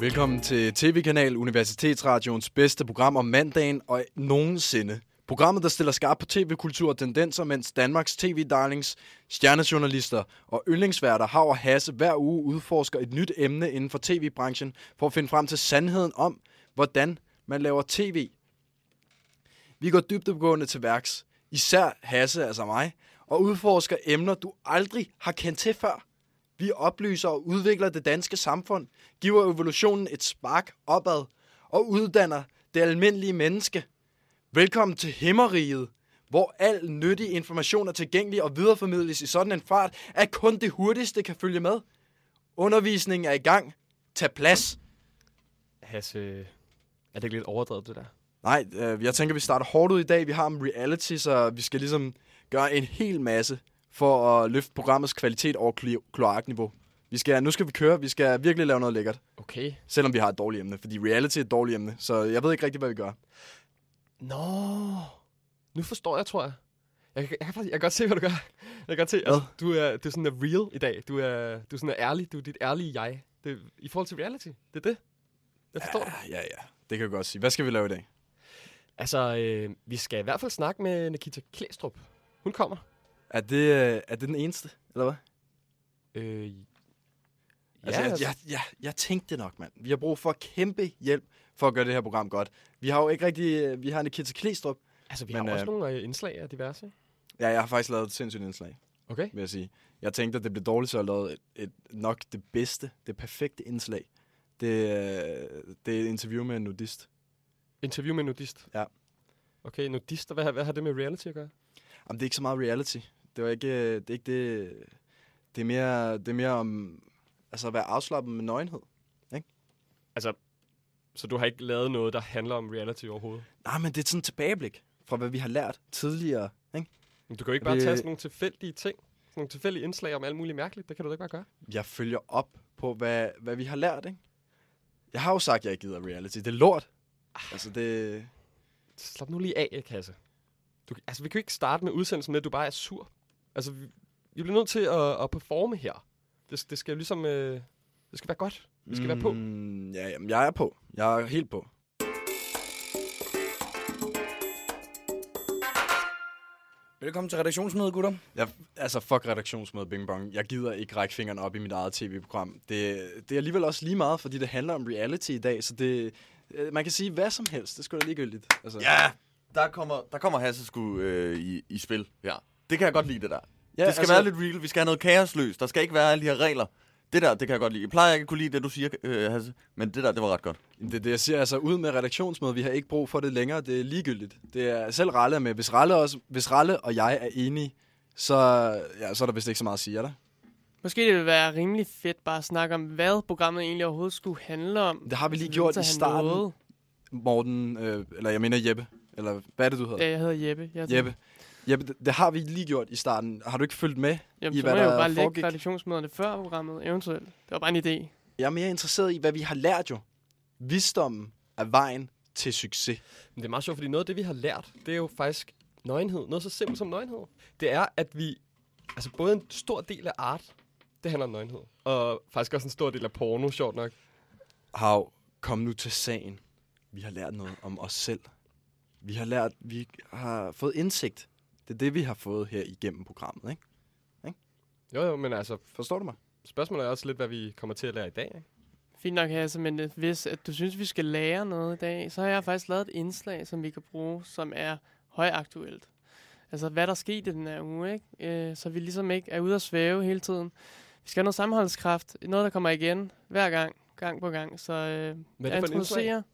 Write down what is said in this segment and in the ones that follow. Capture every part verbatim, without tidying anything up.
Velkommen til T V-kanal Universitetsradioens bedste program om mandagen og nogensinde. Programmet, der stiller skarp på tv-kultur og tendenser, mens Danmarks tv-darlings, stjernejournalister og yndlingsværter Hav og Hasse hver uge udforsker et nyt emne inden for tv-branchen for at finde frem til sandheden om, hvordan man laver tv. Vi går dybdegående til værks, især Hasse, altså mig, og udforsker emner, du aldrig har kendt til før. Vi oplyser og udvikler det danske samfund, giver evolutionen et spark opad og uddanner det almindelige menneske. Velkommen til Himmeriget, hvor al nyttig information er tilgængelig og videreformidles i sådan en fart, at kun det hurtigste kan følge med. Undervisningen er i gang. Tag plads. Hasse, er det ikke lidt overdrevet, det der? Nej, øh, jeg tænker, vi starter hårdt ud i dag. Vi har en reality, så vi skal ligesom gøre en hel masse for at løfte programmets kvalitet over klo- kloakniveau. Vi skal, nu skal vi køre. Vi skal virkelig lave noget lækkert. Okay. Selvom vi har et dårligt emne, fordi reality er et dårligt emne. Så jeg ved ikke rigtig, hvad vi gør. Nå, nu forstår jeg, tror jeg. Jeg, jeg, jeg, kan, jeg kan godt se, hvad du gør. Jeg kan godt se, altså, du er, du er sådan er real i dag. Du er, du er sådan er ærlig. Du er dit ærlige jeg. Det, i forhold til reality. Det er det. Jeg forstår ja, ja, ja. Det kan jeg godt sige. Hvad skal vi lave i dag? Altså, øh, vi skal i hvert fald snakke med Nikita Klæstrup. Hun kommer. Er det, er det den eneste, eller hvad? Øh, ja, altså, jeg, altså. jeg, jeg, jeg tænkte det nok, mand. Vi har brug for kæmpe hjælp for at gøre det her program godt. Vi har jo ikke rigtig... Vi har Nikita Klæstrup. Altså, vi men, har også øh, nogle øh, indslag af diverse. Ja, jeg har faktisk lavet et sindssygt indslag, Okay. vil jeg sige. Jeg tænkte, at det blev dårligt, så jeg lavede et, et, nok det bedste, det perfekte indslag. Det, øh, det er et interview med en nudist. Interview med en nudist? Ja. Okay, nudister, hvad, hvad har det med reality at gøre? Jamen, det er ikke så meget reality. Det var ikke det. Er ikke det. Det er mere, det er mere om altså at være afslappet med nøgenhed, ikke? Altså, så du har ikke lavet noget, der handler om reality overhovedet? Nej, men det er sådan et tilbageblik fra, hvad vi har lært tidligere, ikke? Men du kan jo ikke bare Vi- tage sådan nogle tilfældige ting, sådan nogle tilfældige indslag om alt muligt mærkeligt. Det kan du da ikke bare gøre. Jeg følger op på, hvad, hvad vi har lært, ikke? Jeg har jo sagt, at jeg ikke gider reality. Det er lort. Altså, det... Slap nu lige af, Kasse. Du, altså, vi kan jo ikke starte med udsendelsen med, at du bare er sur. Altså, vi, vi bliver nødt til at, at performe her. Det, det skal jo ligesom... Øh, det skal være godt. Vi skal mm. være på. Ja, jamen, jeg er på. Jeg er helt på. Velkommen til redaktionsmødet, gutter. Jeg, altså, fuck redaktionsmøde, Bing Bong. Jeg gider ikke række fingeren op i mit eget tv-program. Det, det er alligevel også lige meget, fordi det handler om reality i dag, så det... Man kan sige hvad som helst. Det skulle da ligegyldigt. Altså. Ja, der kommer, der kommer Hasse sgu øh, i, i spil. Ja. Det kan jeg godt lide, det der. Ja, det skal altså, være lidt real. Vi skal have noget kaosløst. Der skal ikke være alle de her regler. Det der, det kan jeg godt lide. Jeg plejer ikke at kunne lide det, du siger, øh, Hasse. Men det der, det var ret godt. Det er det, jeg siger. Altså, ud med redaktionsmøde. Vi har ikke brug for det længere. Det er ligegyldigt. Det er selv Ralle er med. Hvis Ralle, også, hvis Ralle og jeg er enige, så, ja, så er der vist ikke så meget at sige, er der? Måske det vil være rimelig fedt bare at snakke om, hvad programmet egentlig overhovedet skulle handle om. Det har vi lige Så gjort så i han starten. nåede. Morten, øh, eller jeg mener Jeppe. Eller hvad er det, du hedder? Ja, jeg hedder Jeppe. Jeg Jeppe. Jeppe, det, det har vi lige gjort i starten. Har du ikke fulgt med Jamen, i, så hvad må jeg jo der bare lægge foregik? redaktionsmøderne før programmet, eventuelt. Det var bare en idé. Jeg er mere interesseret i, hvad vi har lært jo. Visdommen er vejen til succes. Men det er meget sjovt, fordi noget af det, vi har lært, det er jo faktisk nøgenhed. Noget så simpelt som nøgenhed. Det er, at vi... Altså, både en stor del af art, det handler om nøgenhed. Og faktisk også en stor del af porno, sjovt nok. Hav, kom nu til sagen. Vi har lært noget om os selv. Vi har lært, vi har fået indsigt. Det er det, vi har fået her igennem programmet, ikke? Jo, jo, men altså, Forstår du mig? spørgsmålet er også lidt, hvad vi kommer til at lære i dag, ikke? Fint nok, Hasse, men øh, hvis at du synes, vi skal lære noget i dag, så har jeg faktisk lavet et indslag, som vi kan bruge, som er højaktuelt. Altså, hvad der skete i den her uge, ikke? Øh, så vi ligesom ikke er ude at svæve hele tiden. Vi skal have noget sammenholdskraft. Noget, der kommer igen hver gang, gang på gang. Så øh, Hvad er jeg det for et indslag? introducerer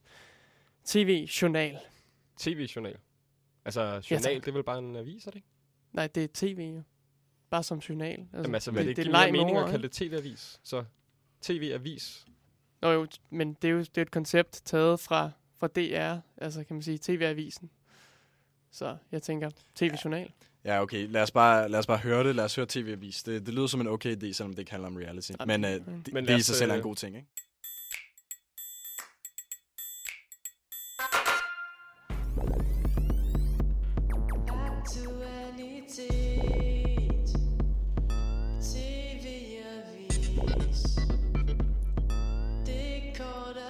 T V-journal. T V-journal. Altså, journal, Ja, ja, tak. det er vel bare en avis, er det ikke? Nej, det er tv jo. Bare som journal. Altså, Jamen altså, det, hvad det, det, det det er er leg med mening at ord, kalde det T V-avis. Så T V-avis. Nå jo, men det er jo det er et koncept taget fra, fra D R, altså kan man sige T V-avisen. Så jeg tænker, T V-journal. Ja, okay. Lad os bare, lad os bare høre det. Lad os høre T V-avis. Det, det lyder som en okay idé, selvom det ikke handler om reality. Ja, Men, øh, men- det, Men det lad i os, sig selv er en øh, god ting, ikke? T V-avis. Det korte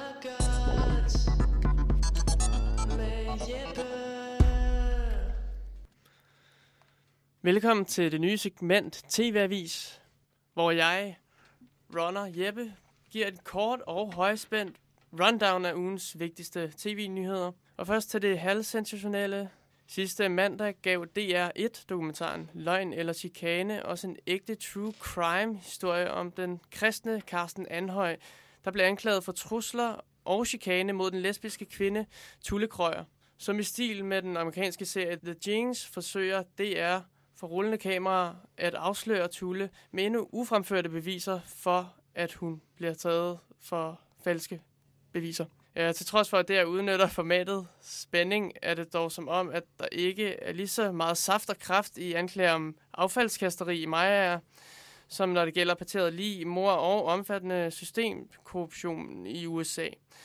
Velkommen til det nye segment T V-avis, hvor jeg, runner Jeppe, giver et kort og højspændt rundown af ugens vigtigste tv-nyheder. Og først til det halvsensationelle. Sidste mandag gav D R et dokumentaren Løgn eller Chikane også en ægte true crime-historie om den kristne Carsten Anhøj, der blev anklaget for trusler og chikane mod den lesbiske kvinde Tulle Krøyer. Som i stil med den amerikanske serie The Jinx forsøger D R for rullende kamera at afsløre Tulle med endnu ufremførte beviser for, at hun bliver taget for falske beviser. Ja, til trods for, at D R udnytter formatet spænding, er det dog som om, at der ikke er lige så meget saft og kraft i anklager om affaldskasteri i Maja, som når det gælder parteret lige mor og omfattende systemkorruption i U S A.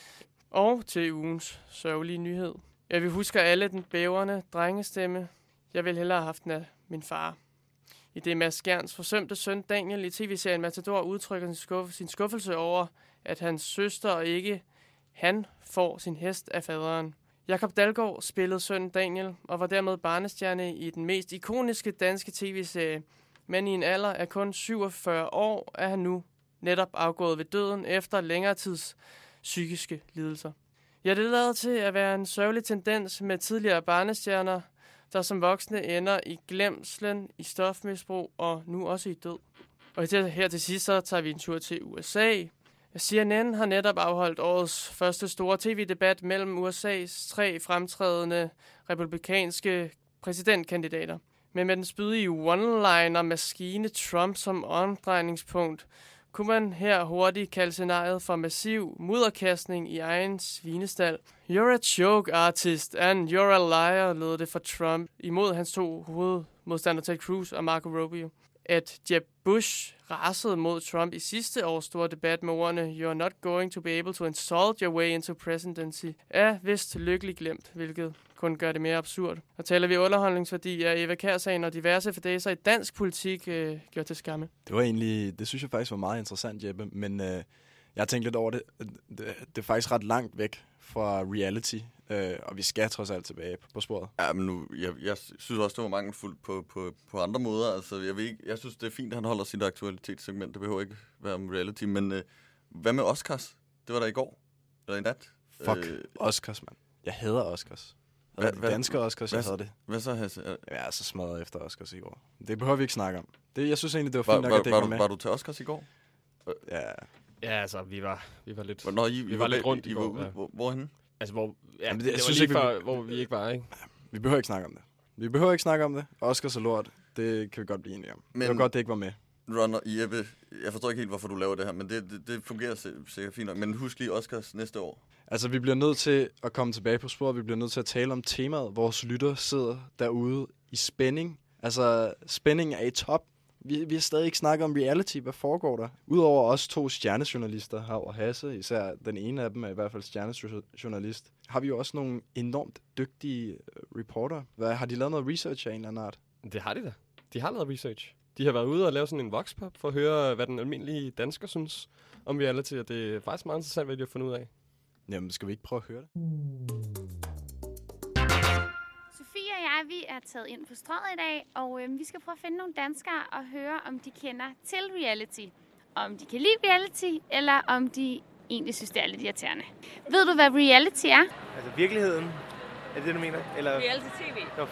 Og til ugens sørgelige nyhed. Ja, vi husker alle den bæverne drengestemme. Jeg ville hellere have haft den af min far. I det Mads Skjerns forsømte søn Daniel i tv-serien Matador udtrykker sin, skuff- sin skuffelse over, at hans søster og ikke han får sin hest af faderen. Jakob Dalgaard spillede sønnen Daniel og var dermed barnestjerne i den mest ikoniske danske tv-serie. Men i en alder af kun syvogfyrre år er han nu netop afgået ved døden efter længere tids psykiske lidelser. Ja, det lader til at være en sørgelig tendens med tidligere barnestjerner, der som voksne ender i glemslen, i stofmisbrug og nu også i død. Og her til sidst så tager vi en tur til U S A. C N N har netop afholdt årets første store tv-debat mellem U S A's tre fremtrædende republikanske præsidentkandidater. Men med den spydige one-liner-maskine Trump som omdrejningspunkt, kunne man her hurtigt kalde scenariet for massiv mudderkastning i egen svinestal. You're a joke artist, and you're a liar, lød det for Trump imod hans to hovedmodstandere Ted Cruz og Marco Rubio. At Jeb Bush rasede mod Trump i sidste års store debat med ordene You're not going to be able to insult your way into presidency, er vist lykkeligt glemt, hvilket kun gør det mere absurd. Og taler vi underholdningsværdi af Eva Kjær-sagen og diverse fordæser i dansk politik øh, gjort til skamme. Det var egentlig, det synes jeg faktisk var meget interessant, Jeppe, men øh, jeg har tænkt lidt over det. det. Det er faktisk ret langt væk fra reality, øh, og vi skal trods alt tilbage på sporet. Ja, men nu, jeg, jeg synes også, det var mangelfuldt på, på, på andre måder. Altså, jeg, ved ikke, jeg synes, det er fint, at han holder sit aktualitetssegment. Det behøver ikke være om reality, men øh, hvad med Oscars? Det var der i går, eller i nat. Fuck, øh, Oscars, mand. Jeg hader Oscars. Hva, de danske Oscars, hvad, jeg havde det. Hvad så, Hasse? Jeg er så smadret efter Oscars i går. Det behøver vi ikke snakke om. Det, jeg synes egentlig, det var fint var, nok, var, at det var, var du, med. Var du til Oscars i går? Ja. Ja, altså, vi var, vi var lidt... Nå, I, I, vi var, var lidt rundt I, i var går. ude. Ja. Hvor, hvorhenne? Altså, hvor... Ja, Jamen, det, det, jeg det synes var lige ikke, før, vi... hvor vi ikke var, ikke? Vi behøver ikke snakke om det. Vi behøver ikke snakke om det. Oscars er lort. Det kan vi godt blive enige om. Men det var godt, det ikke var med. Runner, Jeppe, jeg forstår ikke helt, hvorfor du laver det her, men det, det, det fungerer sikkert fint nok. Men husk lige Oscars næste år. Altså, vi bliver nødt til at komme tilbage på sporet. Vi bliver nødt til at tale om temaet. Vores lytter sidder derude i spænding. Altså, spændingen er i top. Vi, vi har stadig ikke snakket om reality. Hvad foregår der? Udover os to stjernejournalister, Hav og Hasse, især den ene af dem er i hvert fald stjernejournalist, har vi jo også nogle enormt dygtige reporter. Hvad, har de lavet noget research af en eller anden art? Det har de da. De har lavet research. De har været ude og lave sådan en voxpop for at høre, hvad den almindelige dansker synes om reality, og det er faktisk meget interessant, hvad de har fundet ud af. Jamen, skal vi ikke prøve at høre det? Sofie og jeg, vi er taget ind på Strøget i dag, og øh, vi skal prøve at finde nogle danskere og høre, om de kender til reality. Om de kan lide reality, eller om de egentlig synes, det er lidt irriterende. Ved du, hvad reality er? Altså virkeligheden? Er det det, du mener? Eller... Reality-tv. No.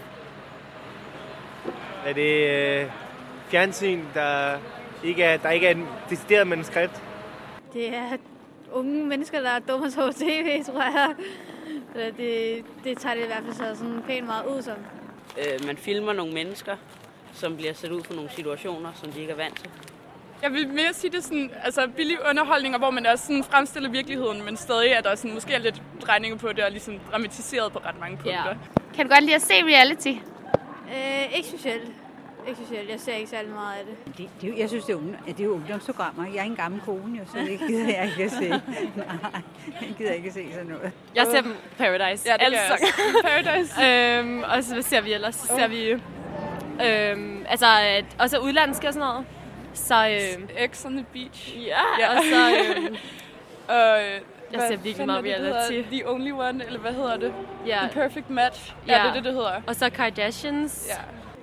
Er det øh, fjernsyn, der ikke er, der ikke er en decideret manuskript? Det er unge mennesker, der er dumme så på tv, tror jeg. Det, det tager det i hvert fald så sådan pænt meget ud som. Øh, man filmer nogle mennesker, som bliver sat ud for nogle situationer, som de ikke er vant til. Jeg vil mere sige det sådan, altså billige underholdninger, hvor man også sådan fremstiller virkeligheden, men stadig er der sådan, måske er lidt drejninger på det, og ligesom dramatiseret på ret mange punkter. Ja. Kan du godt lide at se reality? Øh, ikke specielt. Ikke specielt. Jeg ser ikke særlig meget af det. det, det jeg synes, det er, unge, det er jo ungdomsprogrammer. Jeg er en gammel kone, jo, så det gider jeg ikke at se. Nej, jeg gider ikke at se sådan noget. Jeg ser dem Paradise. Ja, det gør jeg også. Paradise. øhm, og så hvad ser vi ellers? Så ser vi øhm, altså også udlandske og sådan noget. Så øhm, X on the Beach. Ja, ja. Og så øhm, og jeg ser virkelig meget reality. The Only One, eller hvad hedder det? Ja. The Perfect Match. Ja, ja, det er det, det hedder. Og så Kardashians. Ja.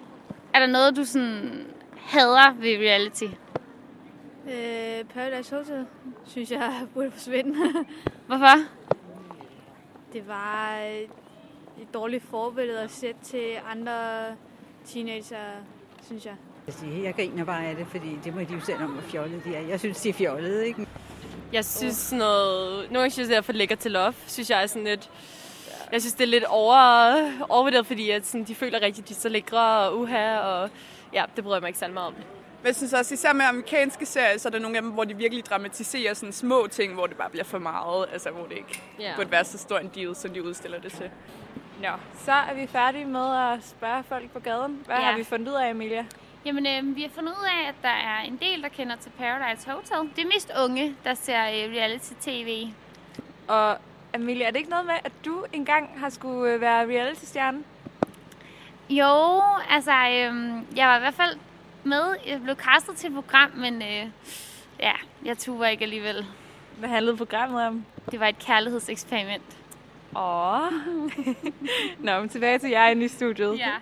Er der noget, du sådan hader ved reality? Øh, Paradise Hotel, synes jeg, burde forsvinde. Hvorfor? Det var et dårligt forbillede at sætte til andre teenager, synes jeg. Jeg griner bare af det, fordi det må de jo selv om, hvor fjollet de er. Jeg synes, de er fjollede, ikke? Jeg synes sådan noget... Nogle gange synes jeg, det er for lækker til love. Synes jeg er sådan lidt... Jeg synes, det er lidt over, overvurderet, fordi at sådan, de føler rigtig, de er så lækre og uha, og ja, det bryder jeg mig ikke særlig meget om. Men jeg synes også, især med amerikanske serier, så er der nogle af dem, hvor de virkelig dramatiserer sådan små ting, hvor det bare bliver for meget. Altså, hvor det ikke Ja. burde være så stor en deal, som de udstiller det til. Nå, så er vi færdige med at spørge folk på gaden. Hvad Ja. har vi fundet ud af, Emilia? Jamen, øh, vi har fundet ud af, at der er en del, der kender til Paradise Hotel. Det er mest unge, der ser øh, reality-tv. Og Emilia, er det ikke noget med, at du engang har skulle øh, være reality-stjerne? Jo, altså, øh, jeg var i hvert fald med. Jeg blev castet til et program, men øh, ja, jeg turde ikke alligevel. Hvad handlede programmet om? Det var et kærlighedseksperiment. Åh. Nå, men tilbage til jer inde i studiet. Ja.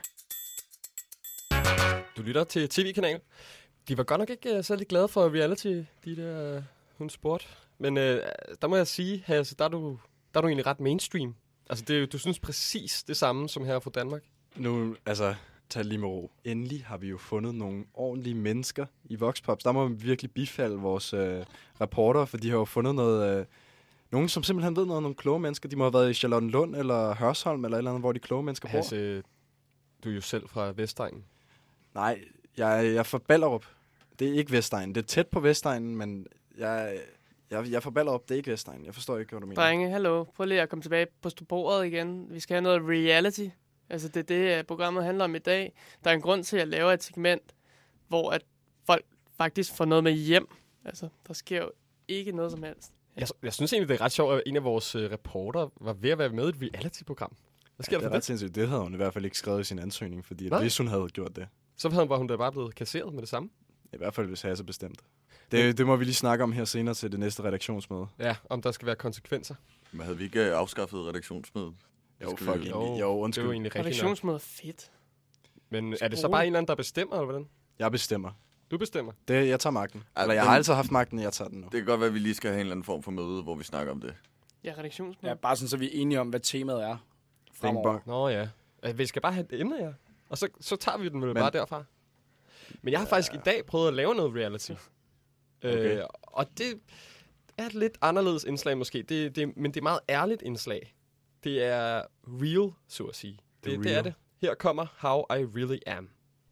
Du lytter til T V-kanalen. De var godt nok ikke uh, særlig glade for reality, de der, uh, hun spurgte. Men uh, der må jeg sige, Hasse, der er du, der er du egentlig ret mainstream. Altså, det, du synes præcis det samme som her fra Danmark. Nu, altså, tag lige med ro. Endelig har vi jo fundet nogle ordentlige mennesker i Voxpops. Der må vi virkelig bifalde vores øh, reporter, for de har jo fundet noget... Øh, nogen, som simpelthen ved noget om nogle kloge mennesker. De må have været i Charlottenlund eller Hørsholm eller et eller andet, hvor de kloge mennesker bor. Hasse, du er jo selv fra Vestegnen. Nej, jeg, jeg er fra Ballerup. Det er ikke Vestegnen. Det er tæt på Vestegnen, men jeg, jeg, jeg er fra Ballerup. Det er ikke Vestegnen. Jeg forstår ikke, hvad du mener. Drenge, hallo. Prøv lige at komme tilbage på bordet igen. Vi skal have noget reality. Altså, det er det, programmet handler om i dag. Der er en grund til, at jeg laver et segment, hvor at folk faktisk får noget med hjem. Altså, der sker jo ikke noget som helst. Jeg, jeg synes egentlig, det er ret sjovt, at en af vores uh, reporter var ved at være med i et reality-program. Hvad sker Ja, der det for er ret det? sindssygt. Det havde hun i hvert fald ikke skrevet i sin ansøgning, fordi Nej. hvis hun havde gjort det. Så havde hun da bare blevet kasseret med det samme. I hvert fald, hvis Hasse bestemt. Det, det må vi lige snakke om her senere til det næste redaktionsmøde. Ja, om der skal være konsekvenser. Men havde vi ikke øh, afskaffet redaktionsmødet? Jo, Skal fuck vi- egentlig. Jo, Det er undskyld. jo egentlig rigtigt nok. Redaktionsmøde er fedt. Men er det så bare en eller anden, der bestemmer, eller hvordan? Jeg bestemmer. Du bestemmer. Det, jeg tager magten. Ja, Eller jeg men- har altid haft magten, jeg tager den nu. Det kan godt være, at vi lige skal have en eller anden form for møde, hvor vi snakker om det. Ja, redaktionsmøde. Ja, bare sådan, så vi er enige om, hvad temaet er fremover. bong. Nå ja. Altså, vi skal bare have et emne, ja. Og så, så tager vi den vel Men- bare derfra. Men jeg har faktisk i dag prøvet at lave noget reality. Okay. Øh, og det er et lidt anderledes indslag måske. Det, det, men det er meget ærligt indslag. Det er real, så at sige. Det, det, det er real. det. Her kommer How I Really Am.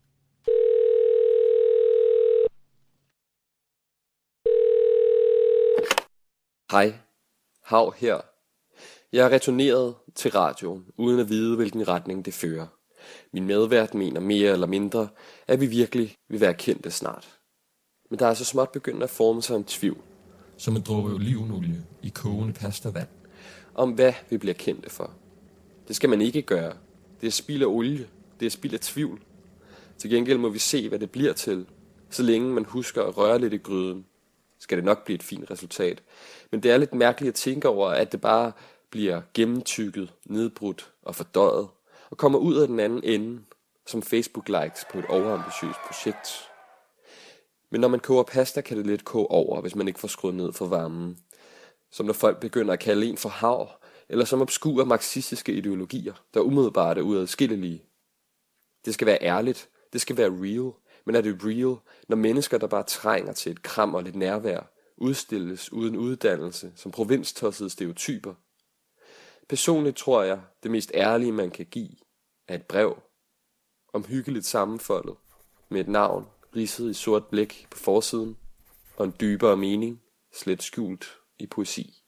Hej, Hav her. Jeg er returneret til radioen, uden at vide, hvilken retning det fører. Min medvært mener mere eller mindre, at vi virkelig vil være kendte snart. Men der er så småt begyndt at forme sig en tvivl. Som en dråbe olivenolie i kogende pastavand. Om hvad vi bliver kendte for. Det skal man ikke gøre. Det er spild af olie. Det er spild af tvivl. Til gengæld må vi se, hvad det bliver til. Så længe man husker at røre lidt i gryden, skal det nok blive et fint resultat. Men det er lidt mærkeligt at tænke over, at det bare bliver gennemtykket, nedbrudt og fordøjet, og kommer ud af den anden ende, som Facebook-likes på et overambitiøst projekt. Men når man koger pasta, kan det lidt koge over, hvis man ikke får skruet ned for varmen. Som når folk begynder at kalde en for hav, eller som obskure marxistiske ideologier, der umiddelbart er uadskillelige. Det skal være ærligt, det skal være real, men er det real, når mennesker, der bare trænger til et kram og lidt nærvær, udstilles uden uddannelse som provinstossede stereotyper? Personligt tror jeg, det mest ærlige, man kan give, er et brev, omhyggeligt sammenfoldet, med et navn ridset i sort blæk på forsiden, og en dybere mening, slet skjult i poesi.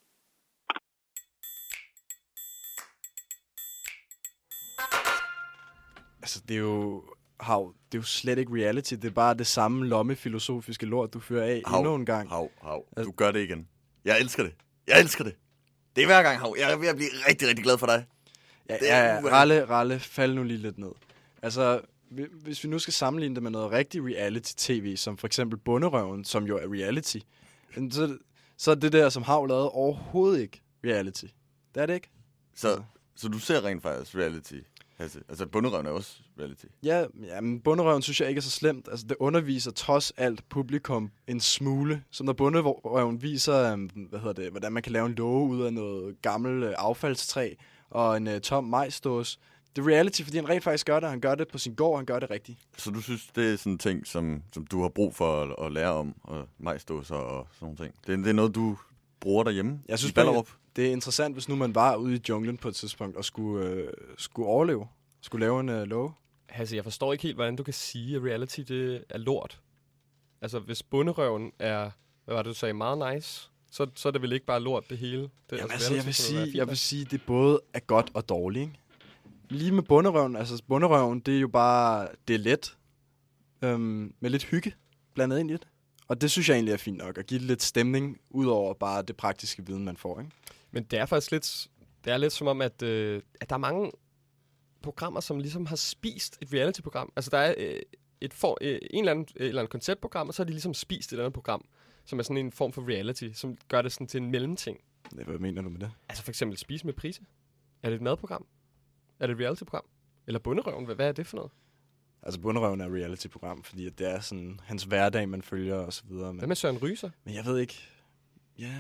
Altså, det er jo... Hav, det er jo slet ikke reality. Det er bare det samme lommefilosofiske lort, du fører af Hav, endnu en gang. Hav, hav. Du gør det igen. Jeg elsker det. Jeg elsker det. Det er hver gang, Hav. Jeg er ved at blive rigtig, rigtig glad for dig. Ja, Det er ja, uha- Ralle, Ralle, fald nu lige lidt ned. Altså, hvi- hvis vi nu skal sammenligne det med noget rigtig reality-tv, som for eksempel Bonderøven, som jo er reality, så, så er det der, som Hav lavede, overhovedet ikke reality. Det er det ikke. Så, så du ser rent faktisk reality? Altså, altså Bonderøven er også reality. Ja, ja, men Bonderøven synes jeg ikke er så slemt. Altså, det underviser trods alt publikum en smule. Som når Bonderøven viser, hvad hedder det, hvordan man kan lave en låge ud af noget gammelt affaldstræ og en uh, tom majsdåse. Det er reality, fordi han rent faktisk gør det. Han gør det på sin gård, han gør det rigtigt. Så du synes, det er sådan en ting, som, som du har brug for at, at lære om, og majsdåser og sådan nogle ting? Det, det er noget, du bruger derhjemme jeg synes, i Ballerup? Det er interessant, hvis nu man var ude i junglen på et tidspunkt og skulle, øh, skulle overleve. Skulle lave en øh, love. Altså, jeg forstår ikke helt, hvordan du kan sige, at reality det er lort. Altså, hvis Bonderøven er, hvad var det, du sagde, meget nice, så, så er det vel ikke bare lort, det hele? Det, Jamen, altså, altså, jeg, vil sige, fint, jeg vil sige, det både er godt og dårligt, ikke? Lige med Bonderøven, altså Bonderøven, det er jo bare, det er let. Øhm, med lidt hygge blandet ind i det. Og det synes jeg egentlig er fint nok, at give det lidt stemning, ud over bare det praktiske viden, man får, ikke? Men det er faktisk lidt, det er lidt som om, at, øh, at der er mange programmer, som ligesom har spist et reality-program. Altså, der er øh, et for, øh, en eller anden, øh, eller anden konceptprogram, og så har de ligesom spist et andet program, som er sådan en form for reality, som gør det sådan til en mellemting. Hvad mener du med det? Altså for eksempel Spise med Price. Er det et madprogram? Er det et reality-program? Eller Bonderøven? Hvad, hvad er det for noget? Altså Bonderøven er et reality-program, fordi det er sådan hans hverdag, man følger og så videre. Men, hvad med Søren Ryser? Men jeg ved ikke. Ja...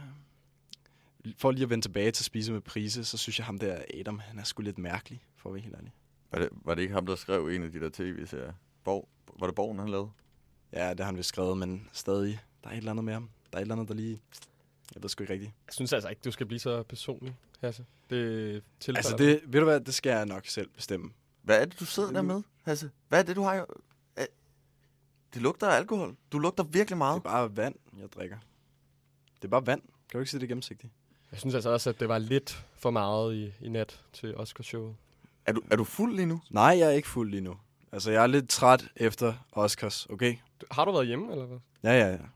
For lige at vende tilbage til Spise med Price, så synes jeg ham der, Adam, han er sgu lidt mærkelig, for at være helt ærlig. Var det, var det ikke ham, der skrev en af de der tv-serier? Borg, var det Borgen, han lavede? Ja, det har han vist skrevet, men stadig, der er et eller andet med ham. Der er et eller andet, der lige... Jeg ved sgu ikke rigtigt. Jeg synes altså ikke, du skal blive så personlig, Hasse. Det altså, det, ved du hvad, det skal jeg nok selv bestemme. Hvad er det, du sidder der med, Hasse? Hvad er det, du har? Det lugter af alkohol. Du lugter virkelig meget. Det er bare vand, jeg drikker. Det er bare vand. Kan du ikke se det gennemsigtigt? Jeg synes altså også, at det var lidt for meget i, i nat til Oscarshowet. Er du, er du fuld lige nu? Nej, jeg er ikke fuld lige nu. Altså, jeg er lidt træt efter Oscars, okay? Har du været hjemme, eller hvad? Ja, ja, ja.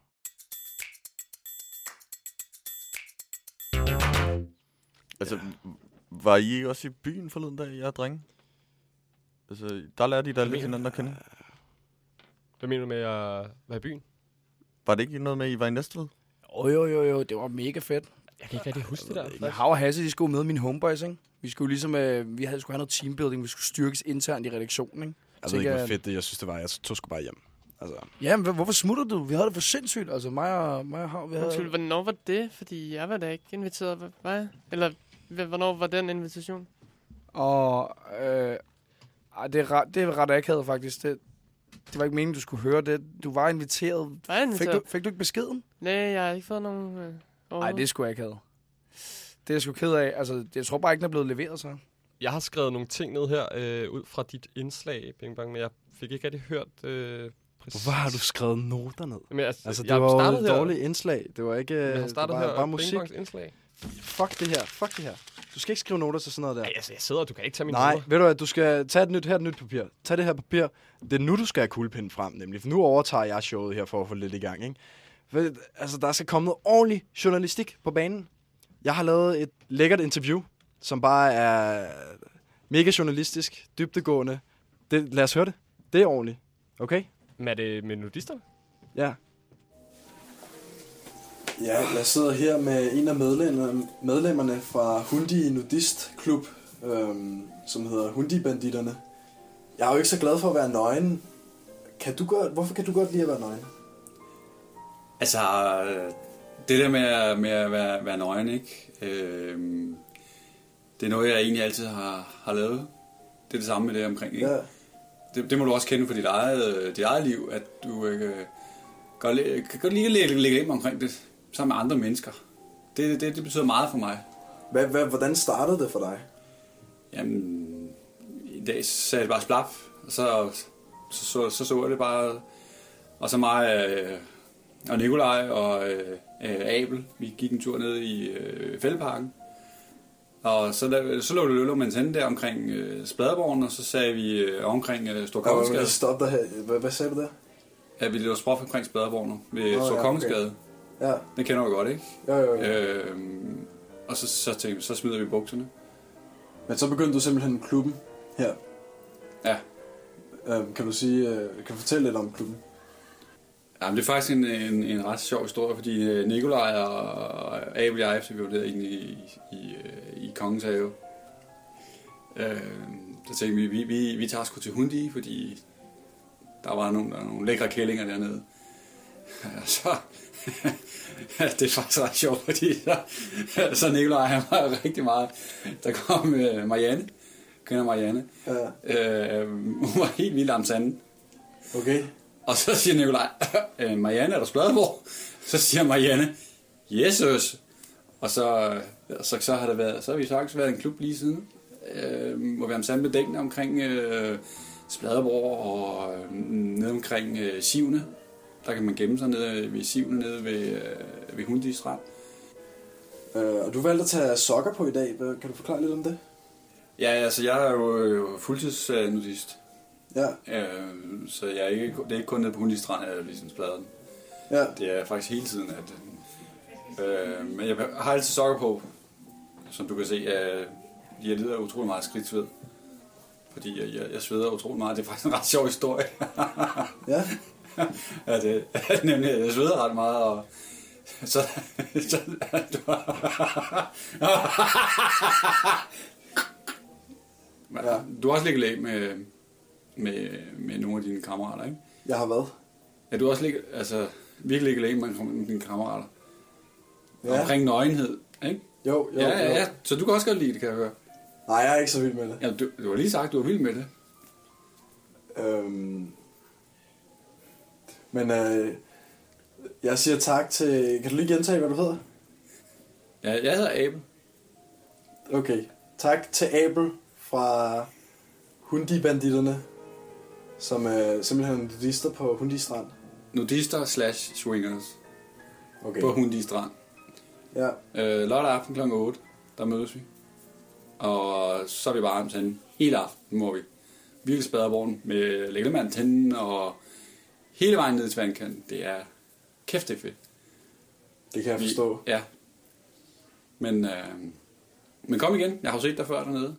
Altså, ja. Var I ikke også i byen forleden dag, jeg og drenge? Altså, der lærte I da lidt hinanden at kende. Hvad mener du med at være i byen? Var det ikke noget med, at I var i Næstved? Jo, jo, jo, jo, det var mega fedt. Jeg kan ikke rigtig huske det der. Men Hav og Hasse, de skulle med mine homeboys, ikke? Vi skulle ligesom, øh, vi havde, skulle have noget teambuilding, vi skulle styrkes internt i redaktionen, ikke? Jeg ved ikke, hvor fedt det jeg synes, det var. Jeg tog sgu bare hjem. Altså. Ja, men hvorfor smutter du? Vi havde det for sindssygt. Altså, mig og, mig og Hav, vi havde... Undskyld, hvornår var det? Fordi jeg var da ikke inviteret, hvad? Eller hvornår var den invitation? Og, øh... Ej, det er ret, det er ret akavet, faktisk. Det, det var ikke meningen, du skulle høre det. Du var inviteret. Var jeg inviteret? Fik du, fik du ikke beskeden? Nej, jeg har ikke fået nogen... Øh, Nej, det skulle jeg ikke have. Det er jeg sgu ked af. Altså, jeg tror bare ikke, den er blevet leveret så. Jeg har skrevet nogle ting ned her, øh, ud fra dit indslag, Bing Bang, men jeg fik ikke rigtig hørt øh, præcis. Hvorfor har du skrevet noter ned? Jamen, altså, altså, det jeg var jo et dårligt indslag. Det var ikke... Jeg har startet det var her bare musik. Bing Bangs indslag. Fuck det her, fuck det her. Du skal ikke skrive noter til sådan noget der. Nej, altså, jeg sidder, og du kan ikke tage mine Nej, noter. ved du hvad, du skal tage et nyt, her et nyt papir. Tag det her papir. Det er nu, du skal have kuglepinden frem, nemlig. For nu overtager jeg showet her for at få lidt i gang, ikke? For, altså, der skal komme noget ordentlig journalistik på banen. Jeg har lavet et lækkert interview, som bare er mega journalistisk, dybdegående. Det, lad os høre det. Det er ordentligt. Okay? Men er det med nudisterne? Ja. Ja, jeg sidder her med en af medlemmerne, medlemmerne fra Hundi Nudist Klub, øhm, som hedder Hundi-banditterne. Jeg er jo ikke så glad for at være nøgen. Kan du godt, hvorfor kan du godt lide at være nøgen? Altså, det der med at, med at være, være nøgen, ikke? Øh, det er noget, jeg egentlig altid har, har lavet. Det er det samme med det omkring, ikke? Ja. Det, det må du også kende for dit eget, dit eget liv, at du øh, kan godt lige lægge, lægge ind omkring det sammen med andre mennesker. Det, det, det betyder meget for mig. Hvad, hvad, hvordan startede det for dig? Jamen, i dag sagde jeg bare splap, og så så, så, så, så jeg det bare. Og så mig øh, og Nikolaj og øh, Abel, vi gik en tur ned i øh, Fældeparken. Og så, der, så lå det løb med en tande der omkring øh, Spladerborgen, og så sagde vi øh, omkring øh, Storkongensgade. Stop dig her. Hvad, hvad sagde du der? Ja, vi lå sprop omkring Spladerborgen ved Nå, Storkongensgade. Ja, okay. Ja. Den kender du godt, ikke? Jo, jo, jo. Øhm, og så, så tænkte vi, så smider vi bukserne. Men så begyndte du simpelthen klubben her. Ja. Øhm, kan du sige, øh, kan du fortælle lidt om klubben? Jamen, det er faktisk en, en, en ret sjov historie, fordi Nikolaj og Abel og jeg, så vi var der inde i, i, i Kongens Have. Øh, så tænkte vi, vi, vi, vi tager sgu til Hundi, fordi der var nogle, der nogle lækre kællinger dernede. Så det er faktisk ret sjovt, fordi så, så Nikolaj, han var rigtig meget. Der kom uh, Marianne, kender Marianne. Ja. Uh, hun var helt vildt om sanden. Okay. Og så siger Nikolaj, Marianne, er der Spladerborg? Så siger Marianne, Jesus. Og så, så, så har det været, så har vi faktisk været en klub lige siden, øh, hvor vi har sammen med dækkene omkring øh, Spladerborg og øh, nede omkring øh, Sivne. Der kan man gemme sig nede ved Sivne, nede ved, øh, ved Hundi Strand. Øh, og du valgte at tage sokker på i dag. Kan du forklare lidt om det? Ja, altså jeg er jo fuldtidsnudist. Ja. Øh, så jeg er ikke, det er ikke kun nede på Hundi Strand, at jeg ligesom splader den. Ja. Det er faktisk hele tiden, at... Øh, men jeg har altid sokker på, som du kan se. Øh, jeg lider utrolig meget skridtsved. Fordi jeg, jeg, jeg sveder utrolig meget. Det er faktisk en ret sjov historie. Ja. Ja, det er nemlig, jeg sveder ret meget, og så... så du ja. Du har også ligget lag med, med, med nogle af dine kammerater, ikke? Jeg har hvad? Ja, du har også ligget, altså, virkelig ligget lag med dine kammerater. Ja. Omkring nøgenhed, ikke? Jo, jo, ja, ja, ja. jo. Så du kan også godt lide det, kan jeg høre. Nej, jeg er ikke så vild med det. Ja, du, du har lige sagt, du er vild med det. Øhm, men øh, jeg siger tak til... Kan du lige gentage, hvad du hedder? Ja, jeg hedder Abel. Okay. Tak til Abel fra Hundi-banditterne, som er simpelthen nudister på Hundi Strand. Nudister slash swingers. Okay. På Hundi Strand. Ja. Øh, lørdag aften klokken otte, der mødes vi. Og så er vi bare med hele aften, hvor vi virkelig Spladerborgen med Læggelmand tænden og hele vejen ned til vandkanten. Det er kæft, det er fedt. Det kan jeg forstå. Vi, ja. Men, øh, men kom igen, jeg har jo set dig før dernede.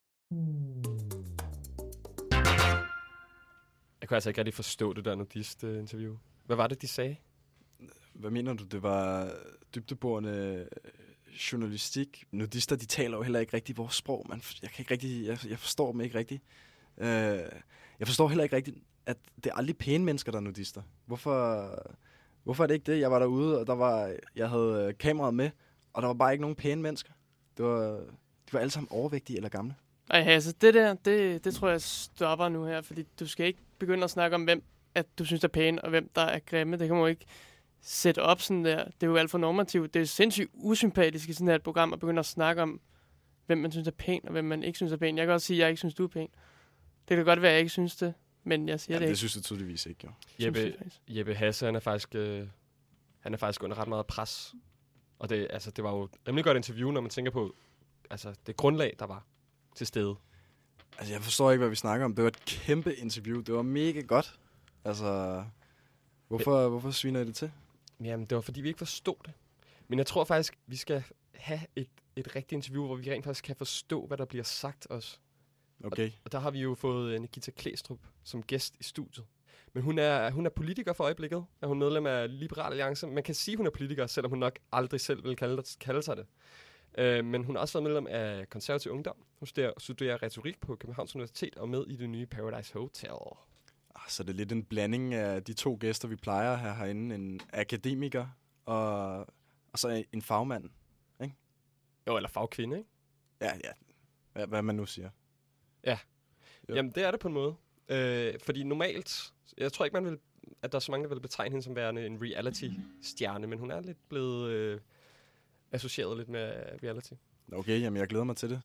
Jeg kunne altså ikke rigtig forstå det der nudist-interview. Hvad var det, de sagde? Hvad mener du? Det var dybdeborende journalistik. Nudister, de taler jo heller ikke rigtig vores sprog. Man, jeg, kan ikke rigtig, jeg, jeg forstår dem ikke rigtigt. Uh, jeg forstår heller ikke rigtigt, at det er aldrig pæne mennesker, der er nudister. Hvorfor, hvorfor er det ikke det? Jeg var derude, og der var, jeg havde kameraet med, og der var bare ikke nogen pæne mennesker. Det var, de var alle sammen overvægtige eller gamle. Ej, altså det der, det, det tror jeg stopper nu her, fordi du skal ikke begynde at snakke om, hvem at du synes er pæne, og hvem der er grimme. Det kan man jo ikke sætte op sådan der. Det er jo alt for normativt. Det er sindssygt usympatisk i sådan her et program at begynde at snakke om, hvem man synes er pæn, og hvem man ikke synes er pæn. Jeg kan også sige, at jeg ikke synes, du er pæn. Det kan godt være, at jeg ikke synes det, men jeg siger ja, det ikke. Det synes jeg tydeligvis ikke, jo. Jeppe, Jeppe Hasse, han er faktisk, øh, han er faktisk under ret meget pres. Og det, altså, det var jo et rimelig godt interview, når man tænker på altså, det grundlag, der var til stede. Altså, jeg forstår ikke, hvad vi snakker om. Det var et kæmpe interview. Det var mega godt. Altså, hvorfor, ja. hvorfor sviner I det til? Jamen, det var, fordi vi ikke forstod det. Men jeg tror faktisk, vi skal have et, et rigtigt interview, hvor vi rent faktisk kan forstå, hvad der bliver sagt også. Okay. Og, og der har vi jo fået Nikita Klæstrup som gæst i studiet. Men hun er, hun er politiker for øjeblikket. Er hun medlem af Liberal Alliance. Man kan sige, at hun er politiker, selvom hun nok aldrig selv vil kalde, kalde sig det. Uh, men hun har også været medlem af Konservativ Ungdom. Hun studerer, studerer retorik på Københavns Universitet og med i det nye Paradise Hotel. Så det er lidt en blanding af de to gæster, vi plejer at have herinde. En akademiker og, og så en fagmand, ikke? Jo, eller fagkvinde, ikke? Ja, ja. Hvad, hvad man nu siger. Ja. Jo. Jamen, det er det på en måde. Øh, fordi normalt, jeg tror ikke, man vil, at der er så mange, der vil betegne hende som værende en reality-stjerne, men hun er lidt blevet øh, associeret lidt med reality. Okay, jamen jeg glæder mig til det.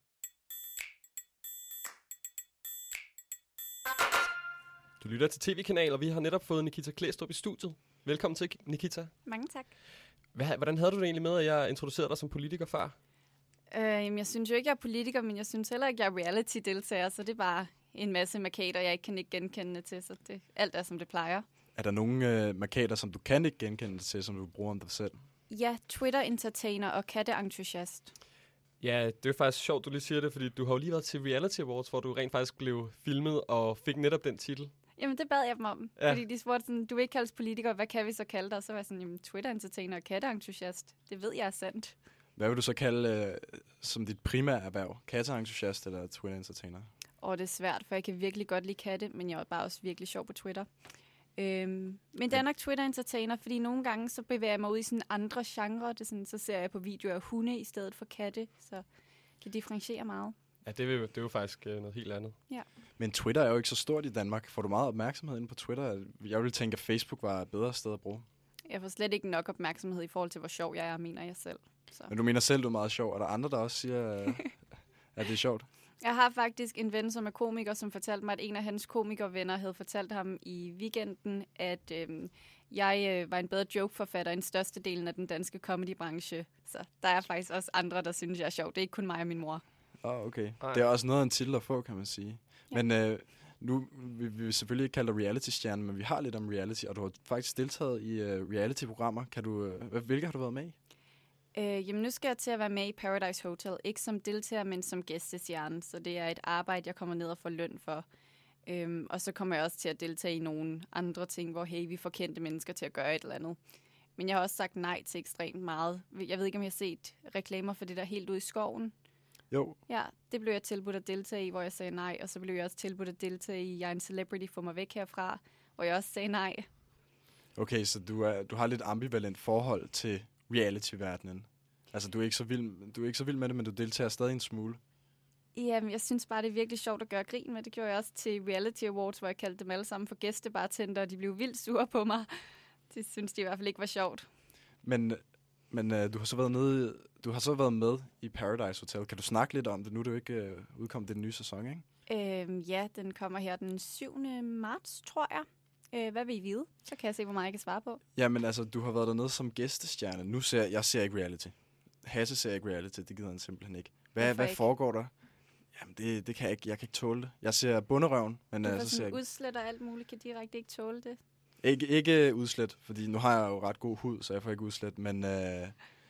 Du lytter til T V-kanal, og vi har netop fået Nikita Klæstrup i studiet. Velkommen til, Nikita. Mange tak. Hvad, hvordan havde du det egentlig med, at jeg introducerede dig som politiker før? Øh, jamen, jeg synes jo ikke, jeg er politiker, men jeg synes heller ikke, jeg er reality-deltager, så det er bare en masse markader, jeg ikke kan ikke genkende til, så det, alt er, som det plejer. Er der nogle øh, markader, som du kan ikke genkende til, som du bruger om dig selv? Ja, Twitter-entertainer og katteentusiast. Ja, det er faktisk sjovt, du lige siger det, fordi du har jo lige været til Reality Awards, hvor du rent faktisk blev filmet og fik netop den titel. Jamen, det bad jeg dem om, ja. Fordi de spurgte sådan, du vil ikke kaldes politiker, hvad kan vi så kalde dig? Og så var jeg sådan, jamen, Twitter-entertainer og katteentusiast, det ved jeg er sandt. Hvad vil du så kalde øh, som dit primære erhverv? Katteentusiast eller Twitter-entertainer? og det er svært, for jeg kan virkelig godt lide katte, men jeg er bare også virkelig sjov på Twitter. Øhm, men det er nok Twitter-entertainer, fordi nogle gange så bevæger jeg mig ud i sådan andre genrer. Det er sådan, så ser jeg på videoer af hunde i stedet for katte, så det differentierer meget. Ja, det er jo, det er jo faktisk øh, noget helt andet. Ja. Men Twitter er jo ikke så stort i Danmark. Får du meget opmærksomhed inde på Twitter? Jeg ville tænke, at Facebook var et bedre sted at bruge. Jeg får slet ikke nok opmærksomhed i forhold til, hvor sjov jeg er, mener jeg selv. Så. Men du mener selv, du er meget sjov. Er der andre, der også siger, at det er sjovt? Jeg har faktisk en ven, som er komiker, som fortalte mig, at en af hans komikervenner havde fortalt ham i weekenden, at øhm, jeg øh, var en bedre jokeforfatter end størstedelen af den danske comedybranche. Så der er faktisk også andre, der synes, jeg er sjov. Det er ikke kun mig og min mor. Åh, oh, okay. Ej. Det er også noget af en titel at få, kan man sige. Ja. Men øh, nu vi, vi vil selvfølgelig ikke kalde dig reality-stjerne, men vi har lidt om reality, og du har faktisk deltaget i øh, reality-programmer. Kan du, øh, hvilke har du været med i? Øh, jamen, nu skal jeg til at være med i Paradise Hotel. Ikke som deltager, men som gæstestjerne. Så det er et arbejde, jeg kommer ned og får løn for. Øhm, og så kommer jeg også til at deltage i nogle andre ting, hvor hey, vi får kendte mennesker til at gøre et eller andet. Men jeg har også sagt nej til ekstremt meget. Jeg ved ikke, om jeg har set reklamer for det der helt ude i skoven. Jo. Ja, det blev jeg tilbudt at deltage i, hvor jeg sagde nej. Og så blev jeg også tilbudt at deltage i Jeg er en celebrity, få mig væk herfra, hvor jeg også sagde nej. Okay, så du, er, du har lidt ambivalent forhold til reality-verdenen. Altså, du er, ikke så vild, du er ikke så vild med det, men du deltager stadig en smule. Jamen, jeg synes bare, det er virkelig sjovt at gøre grin med. Det gjorde jeg også til Reality Awards, hvor jeg kaldte dem alle sammen for gæstebartender, og de blev vildt sure på mig. Det synes de i hvert fald ikke var sjovt. Men, men uh, du har så været nede, du har så været med i Paradise Hotel. Kan du snakke lidt om det? Nu er det jo ikke uh, udkommet den nye sæson, ikke? Øhm, ja, den kommer her den syvende marts, tror jeg. Øh, hvad vil I vide? Så kan jeg se, hvor meget jeg kan svare på. Jamen altså, du har været dernede som gæstestjerne. Nu ser jeg ser ikke reality. Hasse ser ikke reality, det gider han simpelthen ikke. Hvad, hvad ikke? foregår der? Jamen, det, det kan jeg ikke. Jeg kan ikke tåle det. Jeg ser bunderøven, men Du uh, får så ser sådan jeg udslet og alt muligt, kan direkte ikke tåle det. ikke, ikke udslet, fordi nu har jeg jo ret god hud, så jeg får ikke udslet, men, uh,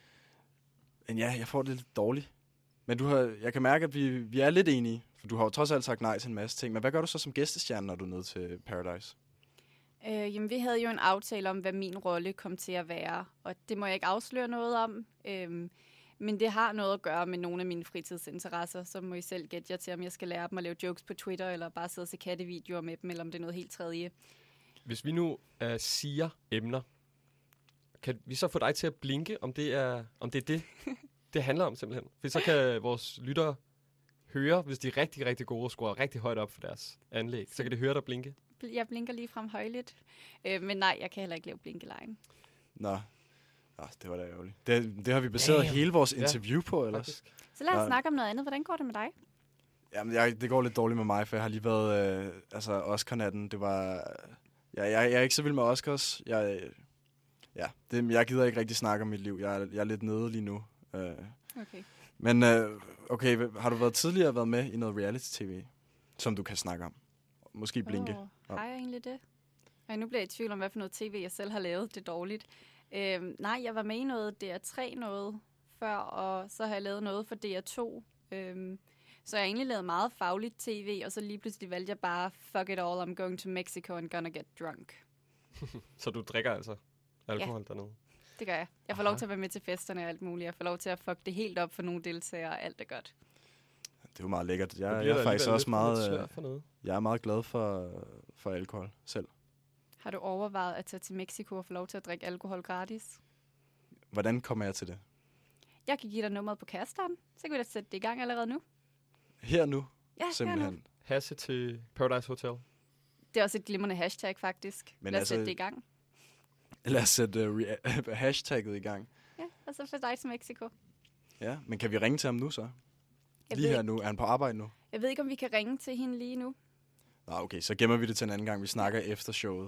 men ja, jeg får det lidt dårligt. Men du har, jeg kan mærke, at vi, vi er lidt enige, for du har jo trods alt sagt nej til en masse ting. Men hvad gør du så som gæstestjerne, når du er nede til Paradise? Øh, jamen, vi havde jo en aftale om, hvad min rolle kom til at være, og det må jeg ikke afsløre noget om. Øhm, men det har noget at gøre med nogle af mine fritidsinteresser, så må I selv gætte jer til, om jeg skal lære dem at lave jokes på Twitter, eller bare sidde og se kattevideoer med dem, eller om det er noget helt tredje. Hvis vi nu uh, siger emner, kan vi så få dig til at blinke, om det er, om det, er det, det handler om simpelthen? For så kan vores lyttere høre, hvis de er rigtig, rigtig gode og skruer rigtig højt op for deres anlæg, så kan de høre dig blinke. Jeg blinker lige frem højligt. Øh, men nej, jeg kan heller ikke lave blinkelejen. Nå, Nå det var da ærgerligt. Det, det har vi baseret Damn. hele vores interview ja, på ellers. Faktisk. Så lad os Nå. snakke om noget andet. Hvordan går det med dig? Jamen, jeg, det går lidt dårligt med mig, for jeg har lige været... Øh, altså, Oscar-natten, det var... Jeg, jeg, jeg er ikke så vild med Oscars. Jeg, øh, ja, det, jeg gider ikke rigtig snakke om mit liv. Jeg, jeg er lidt nede lige nu. Øh. Okay. Men, øh, okay, har du været tidligere været med i noget reality-tv, som du kan snakke om? Måske blinke. Oh, har jeg egentlig det? Ej, nu bliver jeg i tvivl om, hvad for noget tv, jeg selv har lavet. Det er dårligt. Øhm, nej, jeg var med i noget D R tre noget før, og så har jeg lavet noget for D R to. Øhm, så jeg har egentlig lavet meget fagligt tv, og så lige pludselig valgte jeg bare, fuck it all, I'm going to Mexico and gonna get drunk. Så du drikker altså alkohol ja. Dernede? Det gør jeg. Jeg får Aha. lov til at være med til festerne og alt muligt. Jeg får lov til at fuck det helt op for nogle deltagere, og alt er godt. Det er jo meget lækkert. Jeg, jeg er faktisk også meget, jeg er meget glad for, for alkohol selv. Har du overvejet at tage til Mexico og få lov til at drikke alkohol gratis? Hvordan kommer jeg til det? Jeg kan give dig nummeret på kasteren, så kan vi da sætte det i gang allerede nu. Her nu? Ja, simpelthen. her nu. Hasse til Paradise Hotel. Det er også et glimrende hashtag, faktisk. Men lad os altså, sætte det i gang. Lad os sætte uh, rea- hashtagget i gang. Ja, og så for dig til Mexico. Ja, men kan vi ringe til ham nu så? Jeg lige ved, her nu. Er han på arbejde nu? Jeg ved ikke, om vi kan ringe til hende lige nu. Nå, okay, så gemmer vi det til en anden gang. Vi snakker efter showet.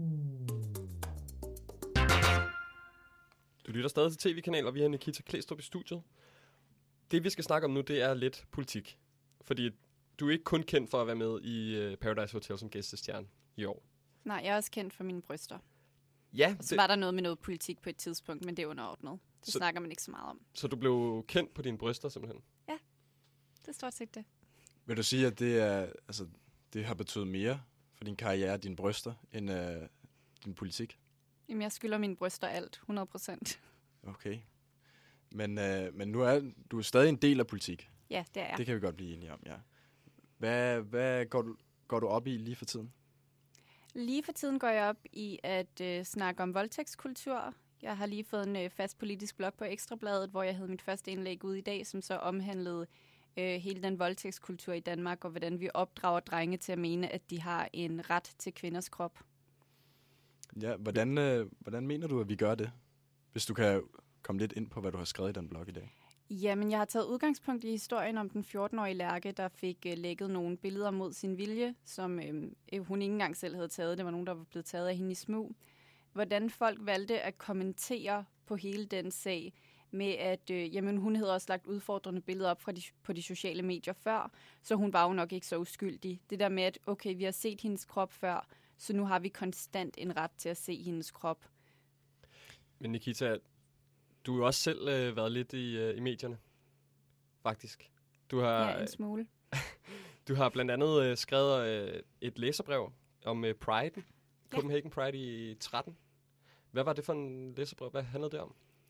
Du lytter stadig til T V-kanal, og vi har Nikita Klæstrup i studiet. Det, vi skal snakke om nu, det er lidt politik. Fordi du er ikke kun kendt for at være med i uh, Paradise Hotel som gæstestjerne i år. Nej, jeg er også kendt for mine bryster. Ja. Og så det... var der noget med noget politik på et tidspunkt, men det er underordnet. Det så, snakker man ikke så meget om. Så du blev kendt på dine bryster, simpelthen? Ja, det er stort set det. Vil du sige, at det, er, altså, det har betydet mere for din karriere, dine bryster, end uh, din politik? Jamen, jeg skylder mine bryster alt, hundrede procent. Okay. Men, uh, men nu er du er stadig en del af politik. Ja, det er jeg. Det kan vi godt blive enige om, ja. Hvad, hvad går, du, går du op i lige for tiden? Lige for tiden går jeg op i at øh, snakke om voldtægtskultur. Jeg har lige fået en øh, fast politisk blog på Ekstrabladet, hvor jeg havde mit første indlæg ud i dag, som så omhandlede øh, hele den voldtægtskultur i Danmark, og hvordan vi opdrager drenge til at mene, at de har en ret til kvinders krop. Ja, hvordan, øh, hvordan mener du, at vi gør det? Hvis du kan komme lidt ind på, hvad du har skrevet i den blog i dag. Jamen, jeg har taget udgangspunkt i historien om den fjorten-årige Lærke, der fik øh, lækket nogle billeder mod sin vilje, som øh, hun ikke engang selv havde taget. Det var nogen, der var blevet taget af hende i smug. Hvordan folk valgte at kommentere på hele den sag med, at øh, jamen, hun havde også lagt udfordrende billeder op fra de, på de sociale medier før, så hun var jo nok ikke så uskyldig. Det der med, at okay, vi har set hendes krop før, så nu har vi konstant en ret til at se hendes krop. Men Nikita, du har jo også selv øh, været lidt i, øh, i medierne, faktisk. Du har, Ja, en smule. Du har blandt andet øh, skrevet øh, et læserbrev om øh, Pride, ja. Copenhagen Pride i tretten. Hvad var det for en læserbrev? Hvad handlede det om?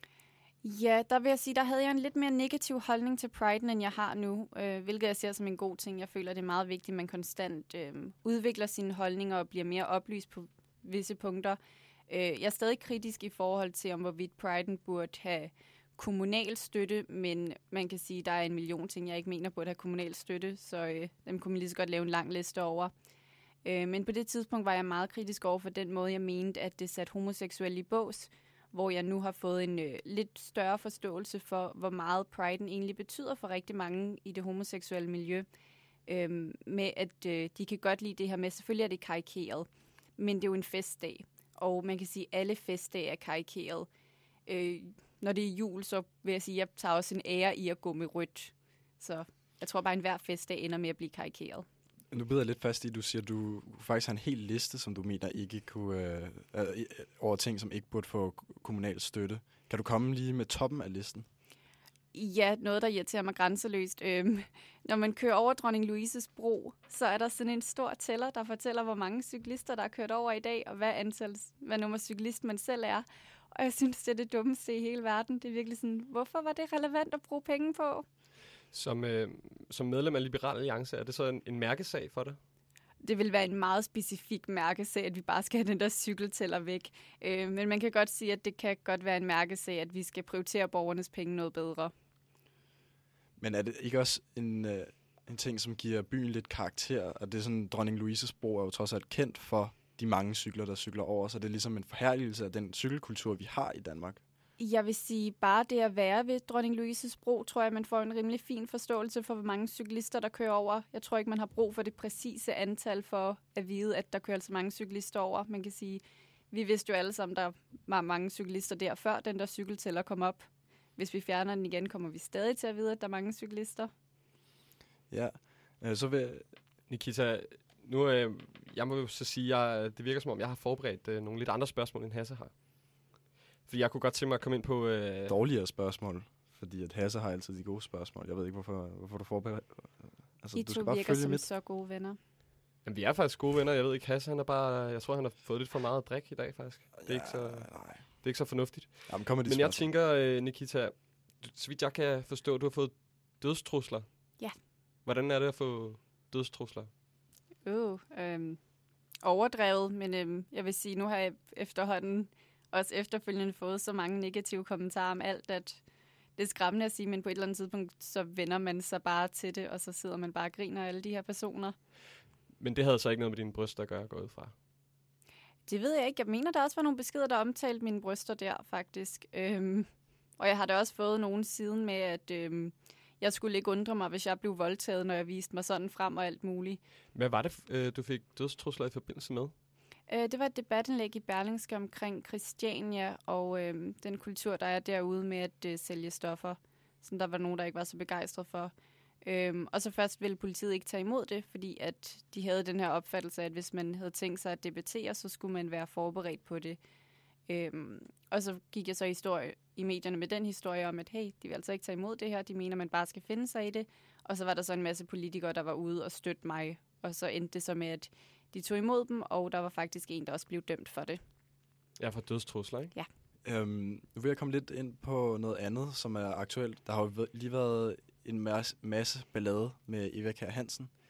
Ja, der vil jeg sige, der havde jeg en lidt mere negativ holdning til Pride'en, end jeg har nu, øh, hvilket jeg ser som en god ting. Jeg føler, det er meget vigtigt, at man konstant øh, udvikler sine holdninger og bliver mere oplyst på visse punkter. Øh, jeg er stadig kritisk i forhold til, om hvorvidt Pride'en burde have kommunal støtte, men man kan sige, at der er en million ting, jeg ikke mener burde have kommunal støtte, så øh, dem kunne man lige så godt lave en lang liste over. Øh, men på det tidspunkt var jeg meget kritisk over for den måde, jeg mente, at det satte homoseksuelle i bås, hvor jeg nu har fået en øh, lidt større forståelse for, hvor meget Pride'en egentlig betyder for rigtig mange i det homoseksuelle miljø. Øh, med at øh, de kan godt lide det her med, selvfølgelig er det karikeret, men det er jo en festdag, og man kan sige, at alle festdage er karikeret. Øh, når det er jul, så vil jeg sige, at jeg tager også en ære i at gå med rødt. Så jeg tror bare, at enhver festdag ender med at blive karikeret. Nu bider jeg lidt fast i, at du siger, at du faktisk har en hel liste, som du mener ikke kunne, øh, øh, over ting, som ikke burde få kommunal støtte. Kan du komme lige med toppen af listen? Ja, noget, der irriterer mig grænseløst. Øhm, når man kører over Dronning Louises bro, så er der sådan en stor tæller, der fortæller, hvor mange cyklister, der er kørt over i dag, og hvad, antal, hvad nummer cyklist man selv er. Og jeg synes, det er det dummeste i hele verden. Det er virkelig sådan, hvorfor var det relevant at bruge penge på? Som, øh, som medlem af Liberal Alliance, er det så en, en mærkesag for dig? Det vil være en meget specifik mærkesag, at vi bare skal have den der cykeltæller væk. Øh, men man kan godt sige, at det kan godt være en mærkesag, at vi skal prioritere borgernes penge noget bedre. Men er det ikke også en, øh, en ting, som giver byen lidt karakter? Og det er sådan, Dronning Louises bro er jo trods alt kendt for de mange cykler, der cykler over, så det er ligesom en forherligelse af den cykelkultur, vi har i Danmark. Jeg vil sige, bare det at være ved Dronning Louises bro, tror jeg, man får en rimelig fin forståelse for, hvor mange cyklister, der kører over. Jeg tror ikke, man har brug for det præcise antal for at vide, at der kører så mange cyklister over. Man kan sige, vi vidste jo alle sammen, der var mange cyklister der, før den der cykeltæller kom op. Hvis vi fjerner den igen, kommer vi stadig til at vide, at der er mange cyklister. Ja, øh, så vil Nikita, nu øh, jeg må jo så sige, at det virker som om, jeg har forberedt øh, nogle lidt andre spørgsmål, end Hasse har. Fordi jeg kunne godt tænke mig at komme ind på... Øh... dårligere spørgsmål, fordi at Hasse har altid de gode spørgsmål. Jeg ved ikke, hvorfor, hvorfor du forbereder... Altså, I du to skal bare virker som mit. Så gode venner. Jamen, vi er faktisk gode venner. Jeg ved ikke, Hasse, han er bare... Jeg tror, han har fået lidt for meget drik i dag, faktisk. Det er, ja, ikke, så, det er ikke så fornuftigt. Jamen, kom med de Men spørgsmål. jeg tænker, Nikita, så vidt jeg kan forstå, du har fået dødstrusler. Ja. Hvordan er det at få dødstrusler? Uh, øhm, overdrevet, men øhm, jeg vil sige, nu har jeg efterhånden også efterfølgende fået så mange negative kommentarer om alt, at det er skræmmende at sige, men på et eller andet tidspunkt, så vender man sig bare til det, og så sidder man bare og griner af alle de her personer. Men det havde så ikke noget med dine bryster at gøre, gået fra? Det ved jeg ikke. Jeg mener, der også var nogle beskeder, der omtalte mine bryster der, faktisk. Øhm, og jeg har da også fået nogen siden med, at øhm, jeg skulle ikke undre mig, hvis jeg blev voldtaget, når jeg viste mig sådan frem og alt muligt. Hvad var det, øh, du fik dødstrusler i forbindelse med? Øh, det var et debatindlæg i Berlingske omkring Christiania og øh, den kultur, der er derude med at øh, sælge stoffer, som der var nogen, der ikke var så begejstret for. Øhm, og så først ville politiet ikke tage imod det, fordi at de havde den her opfattelse af, at hvis man havde tænkt sig at debattere, så skulle man være forberedt på det. Øhm, og så gik jeg så i, historie, i medierne med den historie om, at hey, de vil altså ikke tage imod det her, de mener, man bare skal finde sig i det. Og så var der så en masse politikere, der var ude og støtte mig, og så endte det så med, at de tog imod dem, og der var faktisk en, der også blev dømt for det. Ja, for dødstrusler, ikke? Ja. Øhm, nu vil jeg komme lidt ind på noget andet, som er aktuelt. Der har jo lige været en masse, masse ballade med Eva Kjær Hansen,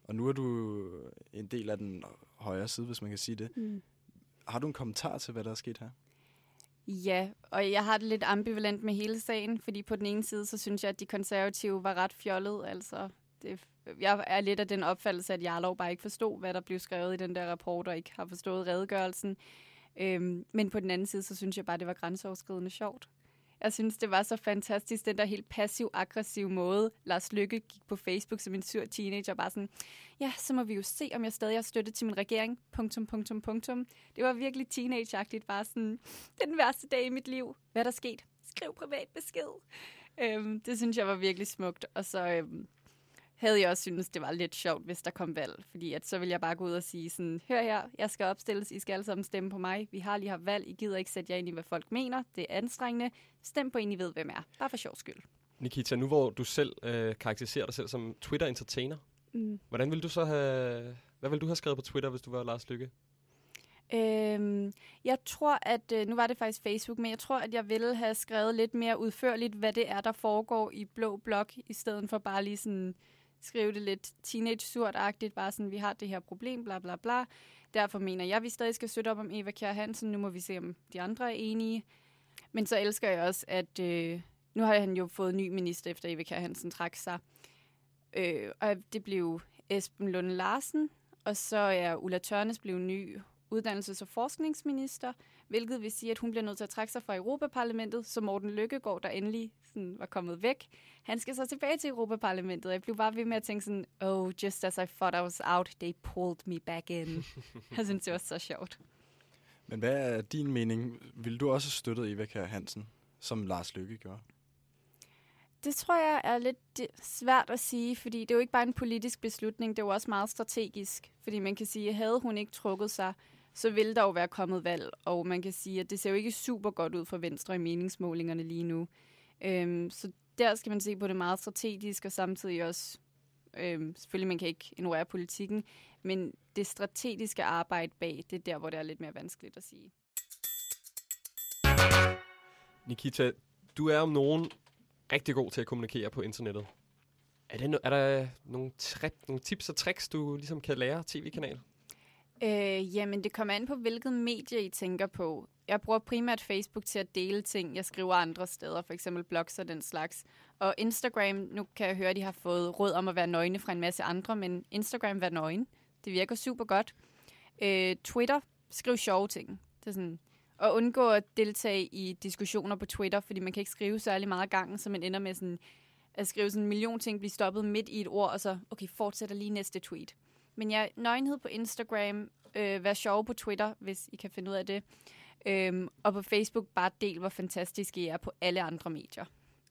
og nu er du en del af den højre side, hvis man kan sige det. Mm. Har du en kommentar til, hvad der er sket her? Ja, og jeg har det lidt ambivalent med hele sagen, fordi på den ene side, så synes jeg, at de konservative var ret fjollet. Altså, det, jeg er lidt af den opfattelse, at Jarlov bare ikke forstod, hvad der blev skrevet i den der rapport, og ikke har forstået redegørelsen. Øhm, men på den anden side, så synes jeg bare, det var grænseoverskridende sjovt. Jeg synes, det var så fantastisk, den der helt passiv-aggressiv måde, Lars Løkke gik på Facebook som en sur teenager, bare sådan, ja, så må vi jo se, om jeg stadig har støtte til min regering, punktum, punktum, punktum. Det var virkelig teenageagtigt, bare sådan, den værste dag i mit liv. Hvad er der sket? Skriv privat besked. Øhm, det synes jeg var virkelig smukt, og så øhm, havde jeg også syntes, det var lidt sjovt, hvis der kom valg, fordi at så ville jeg bare gå ud og sige sådan, hør her, jeg skal opstilles, I skal alle sammen stemme på mig, vi har lige haft valg, I gider ikke sætte jer ind i, hvad folk mener, det er anstrengende, stem på en, I ved, hvem er, bare for sjov skyld. Nikita, nu hvor du selv øh, karakteriserer dig selv som Twitter-entertainer, mm. hvordan ville du så have, hvad ville du have skrevet på Twitter, hvis du var Lars Løkke? Øhm, jeg tror, at, øh, nu var det faktisk Facebook, men jeg tror, at jeg ville have skrevet lidt mere udførligt, hvad det er, der foregår i Blå Blok, i stedet for bare lige sådan skrive det lidt teenage-surt-agtigt, bare sådan, vi har det her problem, bla bla bla. Derfor mener jeg, at vi stadig skal støtte op om Eva Kjær Hansen. Nu må vi se, om de andre er enige. Men så elsker jeg også, at øh, nu har han jo fået ny minister, efter Eva Kjær Hansen trak sig. Øh, og det blev Esben Lunde Larsen, og så er Ulla Tørnes blevet ny uddannelses- og forskningsminister, hvilket vil sige, at hun bliver nødt til at trække sig fra Europaparlamentet, så Morten Løkkegaard, der endelig sådan, var kommet væk, han skal så tilbage til Europaparlamentet. Jeg blev bare ved med at tænke sådan, oh, just as I thought I was out, they pulled me back in. Jeg synes, det var så sjovt. Men hvad er din mening? Vil du også støtte Eva Kjær Hansen, som Lars Løkke gjorde? Det tror jeg er lidt svært at sige, fordi det er jo ikke bare en politisk beslutning, det er jo også meget strategisk. Fordi man kan sige, at havde hun ikke trukket sig, så ville der jo være kommet valg. Og man kan sige, at det ser jo ikke super godt ud for Venstre i meningsmålingerne lige nu. Øhm, så der skal man se på det meget strategisk, og samtidig også, øhm, selvfølgelig man kan ikke ignorere politikken, men det strategiske arbejde bag, det er der, hvor det er lidt mere vanskeligt at sige. Nikita, du er om nogen rigtig god til at kommunikere på internettet. Er, det no- er der nogle, tri- nogle tips og tricks, du ligesom kan lære tv-kanal? Øh, jamen, det kommer an på, hvilket medie I tænker på. Jeg bruger primært Facebook til at dele ting, jeg skriver andre steder, for eksempel blogs og den slags. Og Instagram, nu kan jeg høre, at de har fået råd om at være nøgne fra en masse andre, men Instagram, vær nøgen. Det virker super godt. Øh, Twitter, skriv sjove ting. Det er sådan, og undgå at deltage i diskussioner på Twitter, fordi man kan ikke skrive særlig meget gangen, så man ender med sådan, at skrive sådan en million ting, blive stoppet midt i et ord, og så, okay, fortsætter lige næste tweet. Men ja, nøgenhed på Instagram, øh, vær sjov på Twitter, hvis I kan finde ud af det. Øhm, og på Facebook, bare del, hvor fantastiske I er på alle andre medier.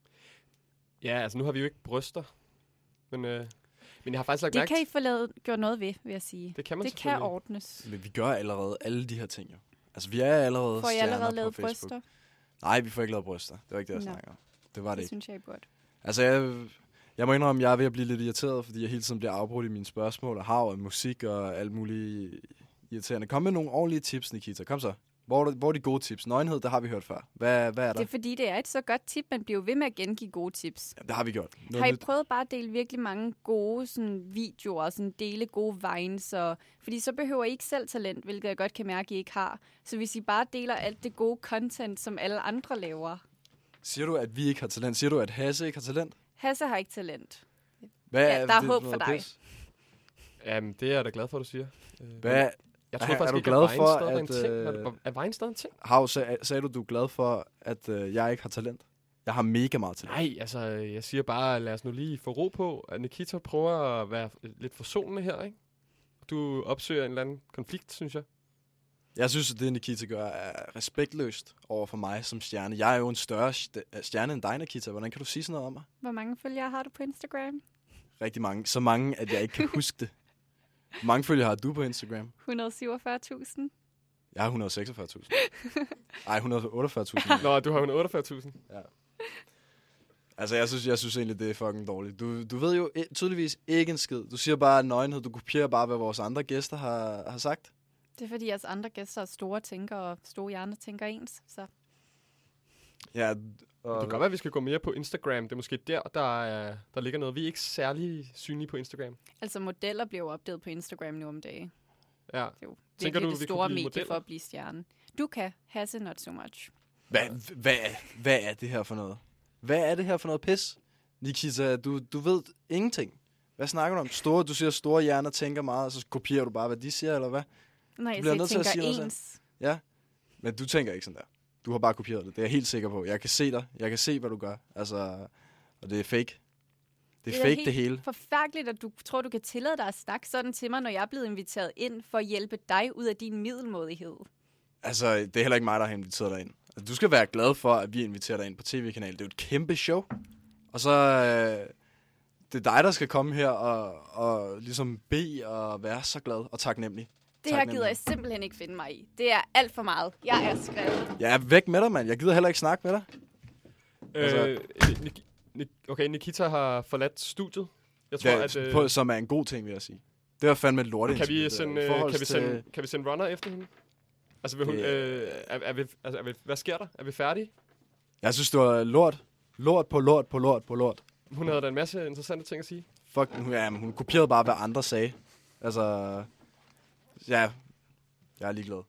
Ja, altså nu har vi jo ikke bryster, men, øh, men jeg har faktisk lagt det mærke Det kan I få lavet, gjort noget ved, vil jeg sige. Det kan man Det kan ordnes. Men vi gør allerede alle de her ting, jo. Altså, vi er allerede Får I stjerner allerede på lavet Facebook. bryster? Nej, vi får ikke lavet bryster. Det var ikke det, jeg Nå. snakker om. Det var det, det ikke. synes jeg, I burde. Altså, jeg, jeg må indrømme, at jeg er ved at blive lidt irriteret, fordi jeg hele tiden bliver afbrudt i mine spørgsmål, og har musik og alt muligt irriterende. Kom med nogle ordentlige tips, Nikita. Kom så. Hvor er, hvor er de gode tips? Nøgenhed, det har vi hørt før. Hvad, hvad er der? Det er fordi, det er et så godt tip. Man bliver jo ved med at gengive gode tips. Ja, det har vi gjort. Noget har I prøvet bare at dele virkelig mange gode sådan, videoer, og sådan, dele gode vines? Og, fordi så behøver I ikke selv talent, hvilket jeg godt kan mærke, I ikke har. Så hvis I bare deler alt det gode content, som alle andre laver. Siger du, at vi ikke har talent? Siger du, at Hasse ikke har talent? Hasse har ikke talent. Hvad ja, er der er det håb for for dig. Pis? Jamen, det er jeg da glad for, at du siger. Hvad? Jeg tror er, faktisk er du ikke, glad at for, Vine at... stadig er en ting. Øh, Er, er Vine stadig en ting? Hav, sag, sagde du, du er glad for, at øh, jeg ikke har talent? Jeg har mega meget talent. Nej, altså, jeg siger bare, lad os nu lige få ro på, at Nikita prøver at være lidt forsonende her, ikke? Du opsøger en eller anden konflikt, synes jeg. Jeg synes, at det, Nikita gør, er respektløst over for mig som stjerne. Jeg er jo en større stjerne end dig, Nikita. Hvordan kan du sige sådan noget om mig? Hvor mange følgere har du på Instagram? Rigtig mange. Så mange, at jeg ikke kan huske det. Hvor mange følgere har du på Instagram? et hundrede og syvogfyrre tusind. Jeg har et hundrede og seksogfyrre tusind. Nej, et hundrede og otteogfyrre tusind. Nå, du har et hundrede og otteogfyrre tusind. Ja. Altså, jeg synes, jeg synes egentlig, det er fucking dårligt. Du, du ved jo tydeligvis ikke en skid. Du siger bare nøgenhed. Du kopierer bare, hvad vores andre gæster har, har sagt. Det er fordi, jeres andre gæster er store tænker, og store hjerner tænker ens. Så. Ja, det kan godt være, at vi skal gå mere på Instagram. Det er måske der, der, er, der ligger noget. Vi er ikke særlig synlige på Instagram. Altså, modeller bliver jo opdaget på Instagram nu om dagen. Ja. Det er jo Tænker virkelig du, det store medie for at blive stjerne. Du kan. Hasse not so much. Hvad, hvad, hvad er det her for noget? Hvad er det her for noget pis? Nikita, du, du ved ingenting. Hvad snakker du om? Store, du siger, store hjerner tænker meget, og så kopierer du bare, hvad de siger, eller hvad? Nej, du bliver jeg nødt til at sige tænker noget ens. sådan. Ja, men du tænker ikke sådan der. Du har bare kopieret det. Det er jeg helt sikker på. Jeg kan se dig. Jeg kan se, hvad du gør. Altså, og det er fake. Det er, er fake, helt det hele. Forfærdeligt, at du tror, du kan tillade dig at snakke sådan til mig, når jeg er blevet inviteret ind for at hjælpe dig ud af din middelmådighed. Altså, det er heller ikke mig, der har inviteret dig ind. Altså, du skal være glad for, at vi inviterer dig ind på tv-kanalen. Det er jo et kæmpe show. Og så øh, det er dig, der skal komme her og, og ligesom bede og være så glad og taknemmelig. Det her gider jeg simpelthen ikke finde mig i. Det er alt for meget. Jeg er skrevet. Jeg er væk med dig, mand. Jeg gider heller ikke snakke med dig. Øh, altså. Nik- Nik- okay, Nikita har forladt studiet. Jeg tror, ja, at, øh, på, som er en god ting, vil jeg sige. Det var fandme et lorte. Kan vi sende, øh, kan vi sende, kan vi sende runner efter hende? Altså, vil hun, det, øh, er, er vi, altså er vi, hvad sker der? Er vi færdige? Jeg synes, det var lort. Lort på lort på lort på lort. Hun havde da en masse interessante ting at sige. Fuck, ja, hun kopierede bare, hvad andre sagde. Altså, ja, jeg er ligeglad.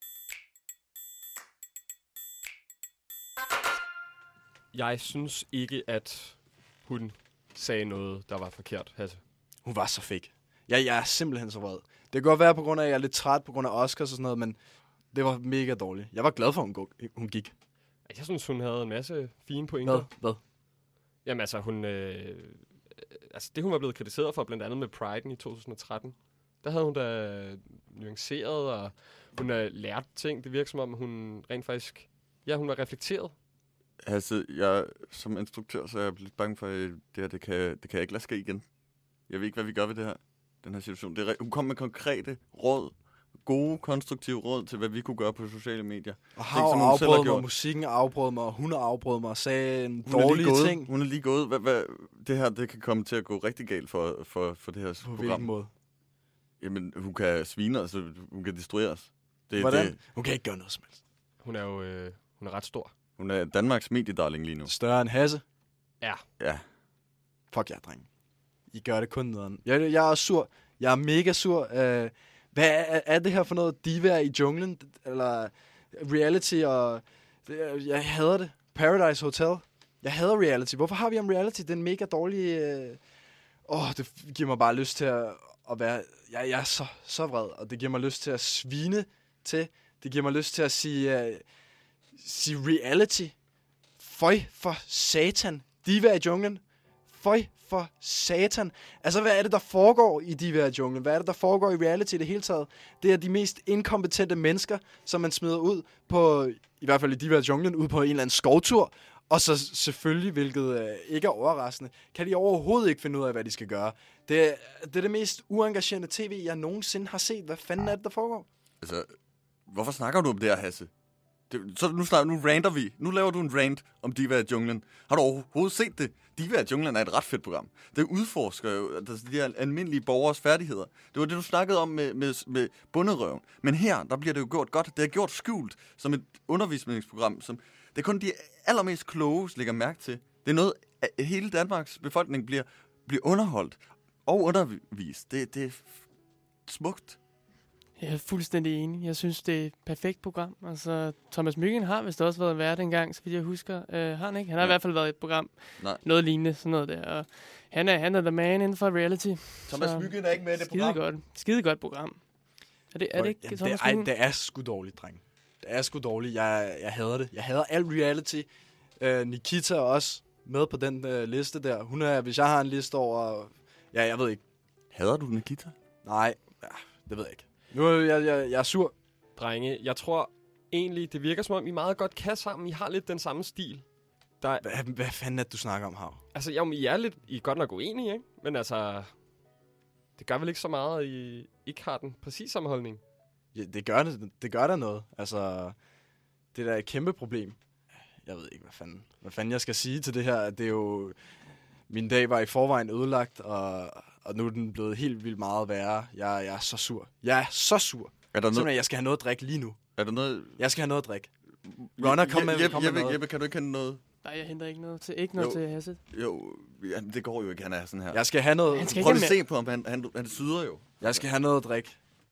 Jeg synes ikke, at hun sagde noget, der var forkert, Hasse. Hun var så fake. Ja, jeg er simpelthen så vred. Det kan godt være på grund af, at jeg er lidt træt på grund af Oscars og sådan noget, men det var mega dårligt. Jeg var glad for, at hun, hun gik. Jeg synes, hun havde en masse fine pointer. Hvad? Hvad? Jamen altså, hun, øh, altså, det hun var blevet kritiseret for, blandt andet med Pride'en i to tusind og tretten, der havde hun da nuanceret, og hun har lært ting. Det virker som om, hun rent faktisk, ja, hun var reflekteret. Altså, jeg som instruktør, så er jeg lidt bange for, at det her, det kan, det kan jeg ikke lade ske igen. Jeg ved ikke, hvad vi gør ved det her, den her situation. Det er, hun kom med konkrete råd, gode, konstruktive råd til, hvad vi kunne gøre på sociale medier. Og Hav afbrød mig, musikken afbrød mig, og hun afbrød mig og sagde en dårlig ting. Hun er lige gået. Hvad, hvad, det her, det kan komme til at gå rigtig galt for, for, for det her på program. På hvilken måde? Jamen, hun kan svine os, hun kan destruere os. Det, Hvordan? Det, hun kan ikke gøre noget som helst. Hun er jo øh, hun er ret stor. Hun er Danmarks mediedarling lige nu. Større end Hasse? Ja. Ja. Fuck jer, dreng. I gør det kun nederen. Jeg, jeg er også sur. Jeg er mega sur. Uh, hvad er, er det her for noget? Diva i junglen? Eller reality? Og det, jeg hader det. Paradise Hotel. Jeg hader reality. Hvorfor har vi om reality? Det er en mega dårlig... Åh, uh... oh, det giver mig bare lyst til at, at være... Jeg, jeg er så, så vred, og det giver mig lyst til at svine til. Det giver mig lyst til at sige... Uh... sige reality. Føj for satan. Diva i junglen. Føj for satan. Altså, hvad er det, der foregår i Diva i junglen? Hvad er det, der foregår i reality i det hele taget? Det er de mest inkompetente mennesker, som man smider ud på, i hvert fald i Diva i junglen, ud på en eller anden skovtur. Og så selvfølgelig, hvilket øh, ikke er overraskende, kan de overhovedet ikke finde ud af, hvad de skal gøre. Det, det er det mest uengagerende tv, jeg nogensinde har set. Hvad fanden er det, der foregår? Altså, hvorfor snakker du om det her, Hasse? Det, så nu, snart, nu ranter vi. Nu laver du en rant om Diva i junglen. Har du overhovedet set det? Diva i junglen er et ret fedt program. Det udforsker jo altså, de her almindelige borgers færdigheder. Det var det, du snakkede om med, med, med bunderøven. Men her, der bliver det jo gjort godt. Det er gjort skjult som et undervisningsprogram. Som, det er kun de allermest kloge, lægger mærke til. Det er noget, at hele Danmarks befolkning bliver, bliver underholdt og undervist. Det, det er smukt. Jeg er fuldstændig enig. Jeg synes, det er et perfekt program. Altså, Thomas Myggen har vist også været vært engang, så vidt jeg husker. Uh, har han ikke? Han har ja. i hvert fald været i et program. Nej. Noget lignende, sådan noget der. Og han er, han er the man inden for reality. Thomas Myggen er ikke med i det program. Godt. Skide godt program. Er det, er det ikke Jamen, Thomas det, ej, Myggen? det er sgu dårligt, dreng. Det er sgu dårligt. Jeg, jeg hader det. Jeg hader al reality. Uh, Nikita er også med på den uh, liste der. Hun er, hvis jeg har en liste over... Ja, jeg ved ikke. Hader du Nikita? Nej, ja, det ved jeg ikke. Nu er jeg, jeg, jeg er sur. Drenge, jeg tror egentlig, det virker som om, I meget godt kan sammen. I har lidt den samme stil. Der... Hvad, hvad fanden er det, du snakker om, Hav? Altså, jo, I er lidt, I er godt nok uenige, ikke? Men altså, det gør vel ikke så meget, at I ikke har den præcis samme holdning? Ja, det gør det. Det gør der noget. Altså, det er da et kæmpe problem. Jeg ved ikke, hvad fanden, hvad fanden jeg skal sige til det her. Det er jo... Min dag var i forvejen ødelagt, og, og nu er den blevet helt vildt meget værre. Jeg, jeg er så sur. Jeg er så sur. Er der noget... jeg skal have noget at drikke lige nu. Er der noget... Jeg skal have noget at drikke. Runner, kom med, Jeppe, kom med Jeppe, noget. Jeppe, kan du ikke hente noget? Nej, jeg henter ikke noget til, ikke noget Jo. til Hasset. Jo, ja, det går jo ikke, han er sådan her. Jeg skal have noget... Han skal Prøv ikke lige have at se på ham, han, han, han syder jo. Jeg skal have noget at drikke.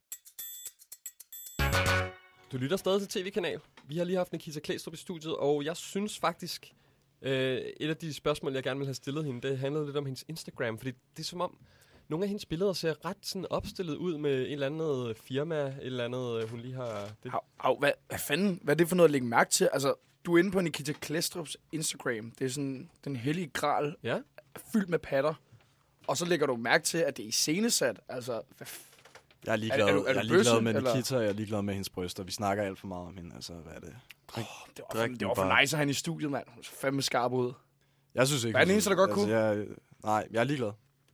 Du lytter stadig til T V-kanal. Vi har lige haft Nikita Klæstrup i studiet, og jeg synes faktisk, øh, et af de spørgsmål, jeg gerne vil have stillet hende, det handlede lidt om hendes Instagram, fordi det er som om, nogle af hendes billeder ser ret sådan opstillet ud med en eller andet firma, et eller andet, øh, hun lige har... Det... Au, au, hvad, hvad fanden? Hvad er det for noget at lægge mærke til? Altså, du er inde på Nikita Klæstrups Instagram. Det er sådan den hellige gral, ja? fyldt med patter. Og så lægger du mærke til, at det er iscenesat. Altså, hvad f- Jeg er ligeglad, Er- er du- er du jeg er ligeglad bøsse, med eller? Nikita, og jeg er ligeglad med hendes bryster. Vi snakker alt for meget om hende. Altså, hvad er det? Oh, det var, for, det var for nice at have hende i studiet, mand. Hun så fandme skarp ud. Jeg synes ikke... Hvad er den hun- eneste, der godt altså, kunne? Jeg, nej, jeg er ligeglad.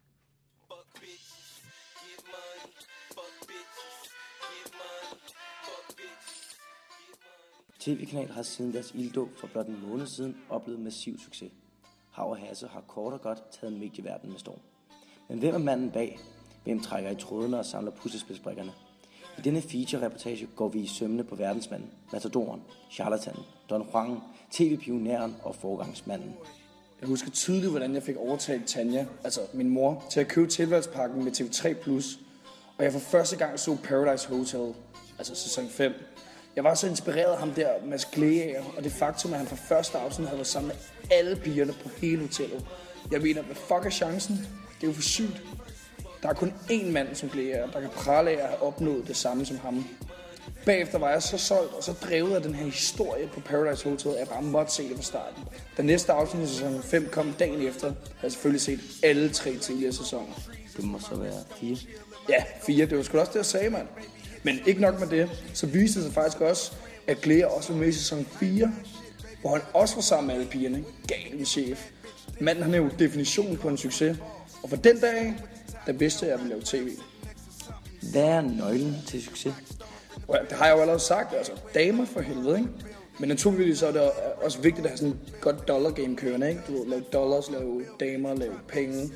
T V-kanal har siden deres ilddåb for blot en måned siden oplevet massiv succes. Hav og Hasse har kort og godt taget medieverdenen med storm. Men hvem er manden bag? Hvem trækker i trådene og samler puslespilsbrikkerne? I denne feature-reportage går vi i sømne på verdensmanden, matadoren, charlatanen, Don Juan, tv-pionæren og forgangsmanden. Jeg husker tydeligt, hvordan jeg fik overtalt Tanja, altså min mor, til at købe tilvalgspakken med T V tre plus. Og jeg for første gang så Paradise Hotel, altså sæson fem. Jeg var så inspireret af ham der, Mads Gleager, og det faktum, at han fra første afsnit havde været sammen med alle pigerne på hele hotellet. Jeg mener, hvad fuck er chancen? Det er jo for sygt. Der er kun én mand som Gleager, der kan prale af at have opnået det samme som ham. Bagefter var jeg så solgt og så drevet af den her historie på Paradise Hotel, at jeg bare måtte se det fra starten. Da næste afsnit i sæson fem kom dagen efter, havde jeg selvfølgelig set alle tre tidligere sæsoner. Det må så være fire. Ja, fire. Det var sgu også det, jeg sagde, mand. Men ikke nok med det, så viste det sig faktisk også, at Gleager også var med i sæson fire, hvor han også var sammen med alle pigerne. Gal en chef. Manden, han er jo definitionen på en succes. Og for den dag, der vidste jeg, at jeg ville lave tv. Hvad er nøglen til succes? Ja, det har jeg jo allerede sagt, altså damer for helvede, ikke? Men naturligvis så er det også vigtigt at have sådan et godt dollar game kørende, ikke? Du ved, lave dollars, lave damer, lave penge.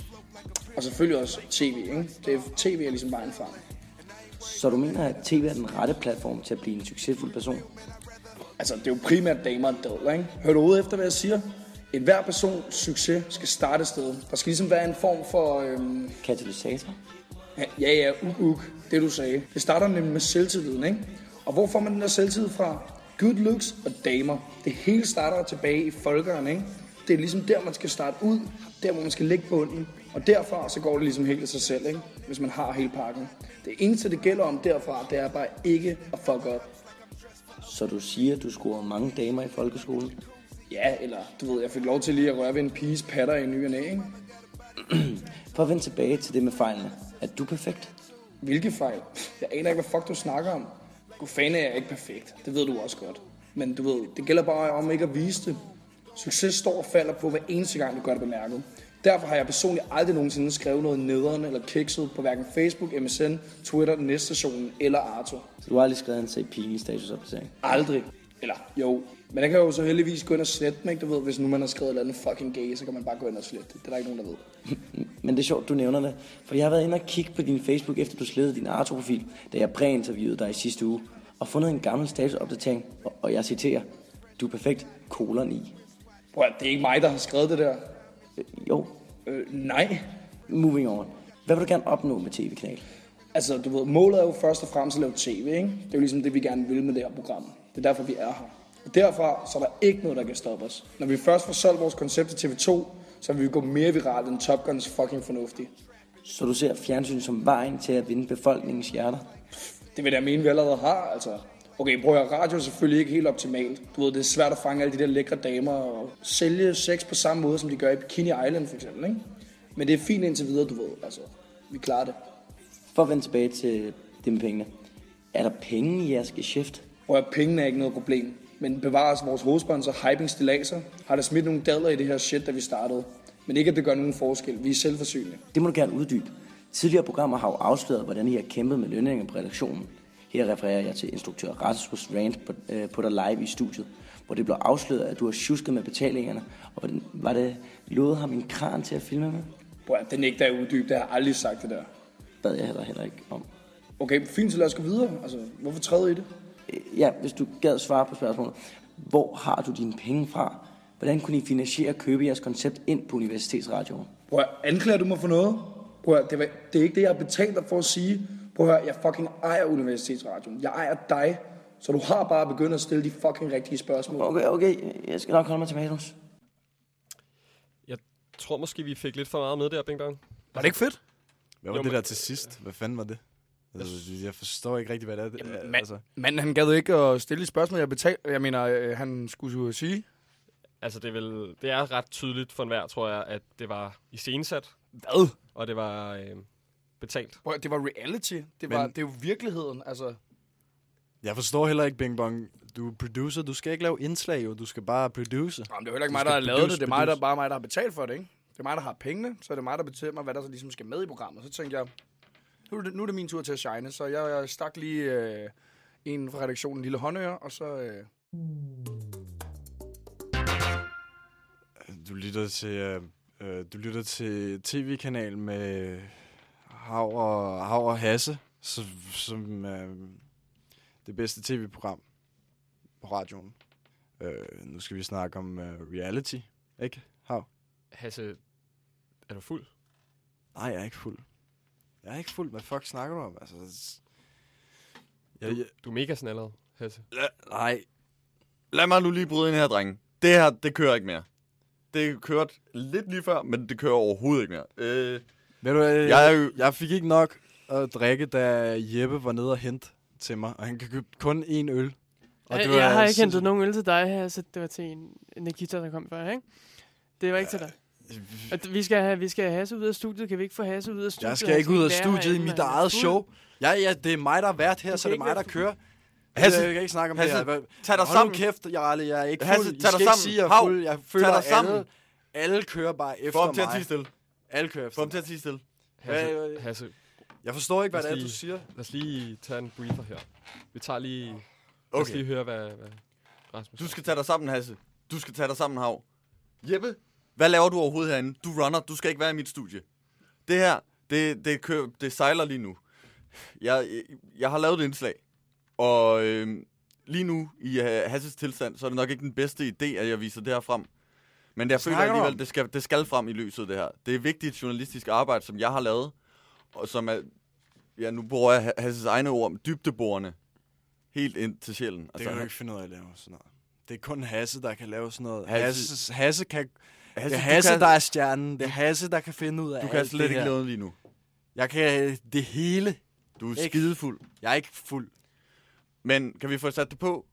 Og selvfølgelig også tv, ikke? Det er, tv er ligesom vejen frem. Så du mener, at tv er den rette platform til at blive en succesfuld person? Altså, det er jo primært damer og dadler, ikke? Hør du ud efter, hvad jeg siger? En hver persons succes skal starte et sted. Der skal ligesom være en form for... Øhm... Katalysator? Ja, ja, ja, uk, uk. Det du sagde. Det starter nemlig med selvtilliden, ikke? Og hvor får man den der selvtillid fra? Good looks og damer. Det hele starter tilbage i folkeren, ikke? Det er ligesom der, man skal starte ud. Der, hvor man skal lægge bunden. Og derfra, så går det ligesom helt af sig selv, ikke? Hvis man har hele pakken. Det eneste, det gælder om derfra, det er bare ikke at fuck op. Så du siger, at du scorer mange damer i folkeskolen? Ja, eller du ved, jeg fik lov til lige at røre ved en piges patter i ny og næ, ikke? For at vende tilbage til det med fejlene. Er du perfekt? Hvilke fejl? Jeg aner ikke, hvad fuck du snakker om. Gud fanden er jeg ikke perfekt. Det ved du også godt. Men du ved, det gælder bare om ikke at vise det. Succes står og falder på hver eneste gang, du gør det bemærket. Derfor har jeg personligt aldrig nogensinde skrevet noget nederen eller kikset på hverken Facebook, M S N, Twitter, Næststationen eller Arto. Så du har aldrig skrevet en se pinlig statusopdatering? Aldrig. Eller jo. Men jeg kan jo så heldigvis gå ind og slette den, ikke? Du ved, hvis nu man har skrevet et eller andet fucking gay, så kan man bare gå ind og slette det. Det er der ikke nogen, der ved. Men det er sjovt, du nævner det. For jeg har været inde og kigge på din Facebook, efter du slettede din Arto-profil, da jeg præinterviewede dig i sidste uge, og fundet en gammel statusopdatering, og, og jeg citerer, du er perfekt, kolon i. Prøv at, det er ikke mig, der har skrevet det der. Øh, jo. Øh, nej. Moving on. Hvad vil du gerne opnå med tv-kanal? Altså, du ved, målet er jo først og fremmest at lave tv, ikke? Det er jo ligesom det, vi gerne vil med det her program. Det er derfor, vi er her. Og derfra, så er der ikke noget, der kan stoppe os. Når vi først får solgt vores koncept til T V to, så vil vi gå mere viralt end Top Guns fucking fornuftigt. Så du ser fjernsyn som vejen til at vinde befolkningens hjerter? Det vil jeg mene, vi allerede har, altså. Okay, prøv at radio er selvfølgelig ikke helt optimalt. Du ved, det er svært at fange alle de der lækre damer og sælge sex på samme måde, som de gør i Bikini Island for eksempel, ikke? Men det er fint indtil videre, du ved, altså. Vi klarer det. For at vende tilbage til det med pengene. Er der penge i jeres geschæft? Prøv at pengene er ikke noget problem. Men bevares vores hovedsponsor, Hyping Stillaser, har der smidt nogle dadler i det her shit, da vi startede. Men ikke, at det gør nogen forskel. Vi er selvforsynende. Det må du gerne uddybe. Tidligere programmer har jo afsløret, hvordan I har kæmpet med lønninger på redaktionen. Her refererer jeg til instruktør Rasmus Rand på, øh, på dig live i studiet, hvor det blev afsløret, at du har tjusket med betalingerne. Og hvordan, var det lovet ham en kran til at filme med? Prøv at, det nægter jeg uddybe. Det har jeg aldrig sagt det der. Bad jeg heller, heller ikke om. Okay, fint, så lad os gå videre. Altså, hvorfor træde i det? ja, hvis du gad svare på spørgsmålet. Hvor har du dine penge fra? Hvordan kunne I finansiere at købe jeres koncept ind på Universitetsradioen? Prøv at anklager du mig for noget? Prøv at, det, var, det er ikke det, jeg har betalt dig for at sige. Prøv at høre, jeg fucking ejer Universitetsradioen. Jeg ejer dig, så du har bare begyndt at stille de fucking rigtige spørgsmål. Okay, okay. Jeg skal nok holde mig til manus. Jeg tror måske, vi fik lidt for meget med der, Bing Bang. Var det ikke fedt? Hvad var Jo, det men- der til sidst? Hvad fanden var det? Altså, jeg forstår ikke rigtig, hvad det er. Jamen, altså. Manden, han gad ikke at stille et spørgsmål, jeg betalte. Jeg mener, øh, han skulle jo sige. Altså, det er, vel, det er ret tydeligt for enhver, tror jeg, at det var iscenesat. Hvad? Og det var øh, betalt. Prøv, det var reality. Det, var, Men- det er jo virkeligheden, altså. Jeg forstår heller ikke, Bing Bong. Du er producer. Du skal ikke lave indslag, jo. Du skal bare produce. Jamen, det er jo heller ikke Du mig, skal der har lavet produce, det. Det er mig, der, produce. bare mig, der har betalt for det, ikke? Det er mig, der har pengene, så er det mig, der bestemmer, hvad der så ligesom skal med i programmet. Så tænkte jeg, nu er det, nu er det min tur til at shine, så jeg, jeg stak lige øh, en fra redaktionen, en lille håndøre, og så... Øh... Du lytter til, øh, øh, du lytter til tv-kanal med Hav og, Hav og Hasse, som, som øh, det bedste tv-program på radioen. Øh, nu skal vi snakke om øh, reality, ikke, Hav? Hasse, er du fuld? Nej, jeg er ikke fuld. Jeg er ikke fuld. Hvad fuck snakker du om? Altså, jeg, jeg, Du er mega snallet, Hasse. La- nej. Lad mig nu lige bryde ind her, drenge. Det her, det kører ikke mere. Det kørte lidt lige før, men det kører overhovedet ikke mere. Øh, Ved du hvad, jeg jeg, er jo- jeg fik ikke nok at drikke, da Jeppe var nede og hente til mig, og han kan købe kun én øl. Og Jeg, det var jeg har ikke sindssygt- hentet nogen øl til dig her, så det var til en, en Nikita, der kom før, ikke? Det var ikke til dig. Og d- vi skal have, vi skal have Hasse ud af studiet. Kan vi ikke få Hasse ud af studiet? Jeg skal Han ikke ud af være studiet i herinde, mit han er eget fuld. show. Ja, ja, det er mig, der er vært her, Du så kan det er ikke mig, være der fuld. kører. Hasse, jeg kan ikke snakke om Hasse, det her. tag dig Hold sammen. nu kæft, Jarle, jeg er ikke Hasse, fuld. I tag dig skal ikke sammen. sige, at jeg er Hav, fuld. Jeg tag føler, dig at sammen. alle, alle kører bare efter Få ham mig. til at tie stille. Alle kører efter Få ham mig. til at tie stille. Hasse, Hvad- hvad- Hasse. Jeg forstår ikke, hvad Lad det os er, du lige- siger. Lad os lige tage en briefer her. Vi tager lige... Lad os Okay. lige høre, hvad, hvad Rasmus Du skal tage dig sammen, Hasse. Du skal tage dig sammen, Hav. Jeppe, hvad laver du overhovedet herinde? Du runner. Du skal ikke være i mit studie. Det her, det, det, kører, det sejler lige nu. Jeg, jeg, jeg har lavet et indslag. Og øh, lige nu, i uh, Hasses tilstand, så er det nok ikke den bedste idé, at jeg viser det her frem. Men jeg føler snakker du om? alligevel, det skal, det skal frem i lyset, det her. Det er vigtigt journalistisk arbejde, som jeg har lavet. Og som er, ja, nu bruger jeg Hasses egne ord, dybdeborende. Helt ind til sjælen. Det kan du ikke finde ud af at lave sådan noget. Det er kun Hasse, der kan lave sådan noget. Hasse- Hasse, Hasse kan... Hasse, det er du Hasse, kan- der er stjernen. Det er Hasse, der kan finde ud af Du kan alt slet det ikke her. noget lige nu. Jeg kan det hele. Du er Ikke? skidefuld. Jeg er ikke fuld. Men kan vi få sat det på?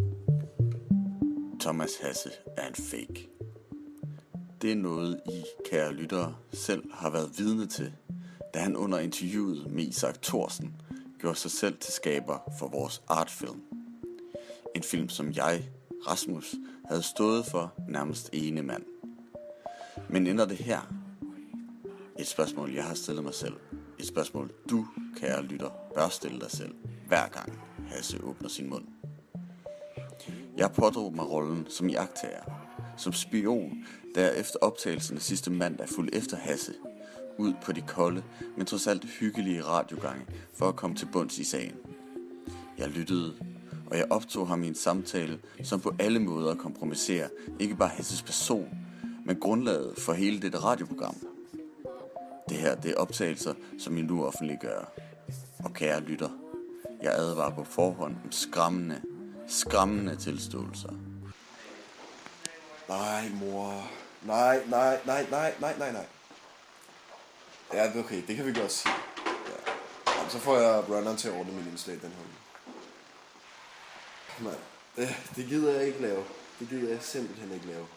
Thomas Hasse er en fake. Det er noget, I, kære lyttere, selv har været vidne til, da han under interviewet med Isak Thorsen gjorde sig selv til skaber for vores artfilm. En film, som jeg, Rasmus, havde stået for nærmest ene mand. Men ender det her? Et spørgsmål, jeg har stillet mig selv. Et spørgsmål, du, kære lytter, bør stille dig selv, hver gang Hasse åbner sin mund. Jeg pådrog mig rollen som iagttager, som spion, da jeg efter optagelsen sidste mandag fulgte efter Hasse, ud på de kolde, men trods alt hyggelige radiogange, for at komme til bunds i sagen. Jeg lyttede, og jeg optog ham i en samtale, som på alle måder kompromitterer ikke bare Hasses person, men grundlaget for hele dette radioprogram. Det her, det er optagelser, som I nu offentliggør. Og kære lytter, jeg advarer på forhånd om skræmmende, skræmmende tilståelser. Nej, mor. Nej, nej, nej, nej, nej, nej, nej. Ja, okay, det kan vi godt sige. Ja. Jamen, så får jeg runneren til at ordne min indslag den her uge. Nej, det, det gider jeg ikke lave. Det gider jeg simpelthen ikke lave.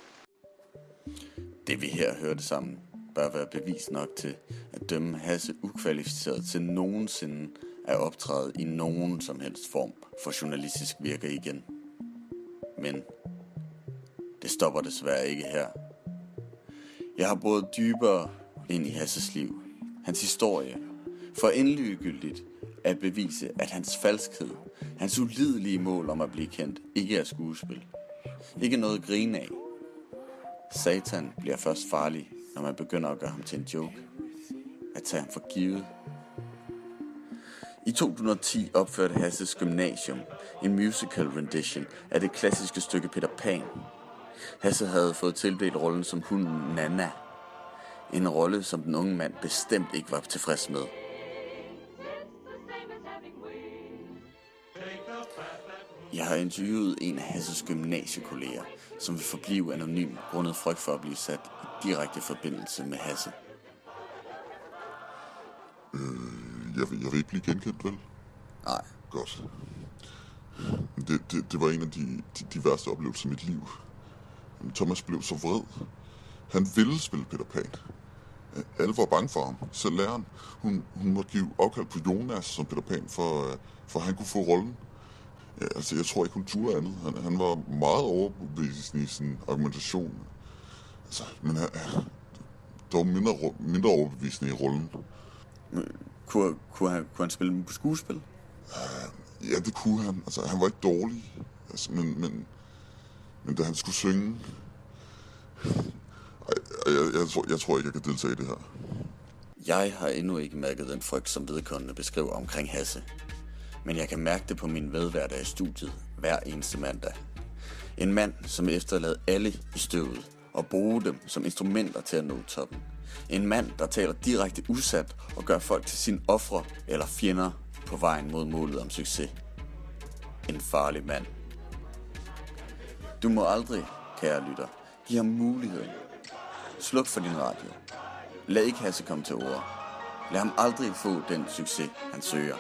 Det vi her hørte sammen, bør være bevis nok til at dømme Hasse ukvalificeret til nogensinde at optræde i nogen som helst form for journalistisk virke igen. Men det stopper desværre ikke her. Jeg har boret dybere ind i Hasses liv, hans historie, for endegyldigt at bevise, at hans falskhed, hans ulidelige mål om at blive kendt, ikke er skuespil. Ikke noget at grine af. Satan bliver først farlig, når man begynder at gøre ham til en joke. At tage ham for givet. I to tusind og ti opførte Hasses Gymnasium en musical rendition af det klassiske stykke Peter Pan. Hasse havde fået tildelt rollen som hunden Nana. En rolle, som den unge mand bestemt ikke var tilfreds med. Jeg har interviewet en af Hasses gymnasiekolleger, som vil forblive anonym grundet frygt for at blive sat i direkte forbindelse med Hasse. Øh, jeg, vil, jeg vil ikke blive genkendt, vel? Nej. Godt. Det, det, det var en af de, de, de værste oplevelser i mit liv. Thomas blev så vred. Han ville spille Peter Pan. Alle var bange for ham. Selv læreren. Hun, hun måtte give afkald på Jonas som Peter Pan, for, for han kunne få rollen. Ja, altså, jeg tror ikke, hun turde andet. Han, han var meget overbevisende i sin argumentation. Altså, men han, der var mindre, mindre overbevisende i rollen. Kunne, kunne, han, kunne han spille skuespil? Uh, ja, det kunne han. Altså, han var ikke dårlig. Altså, men, men, men da han skulle synge... Jeg, jeg, jeg, tror, jeg tror ikke, jeg kan deltage i det her. Jeg har endnu ikke mærket den frygt, som vedkommende beskriver omkring Hasse. Men jeg kan mærke det på min medværter i studiet hver eneste mandag. En mand, som efterlader alle i støvet og bruger dem som instrumenter til at nå toppen. En mand, der taler direkte usat og gør folk til sine ofre eller fjender på vejen mod målet om succes. En farlig mand. Du må aldrig, kære lytter, give ham muligheden. Sluk for din radio. Lad ikke Hasse komme til ord. Lad ham aldrig få den succes, han søger.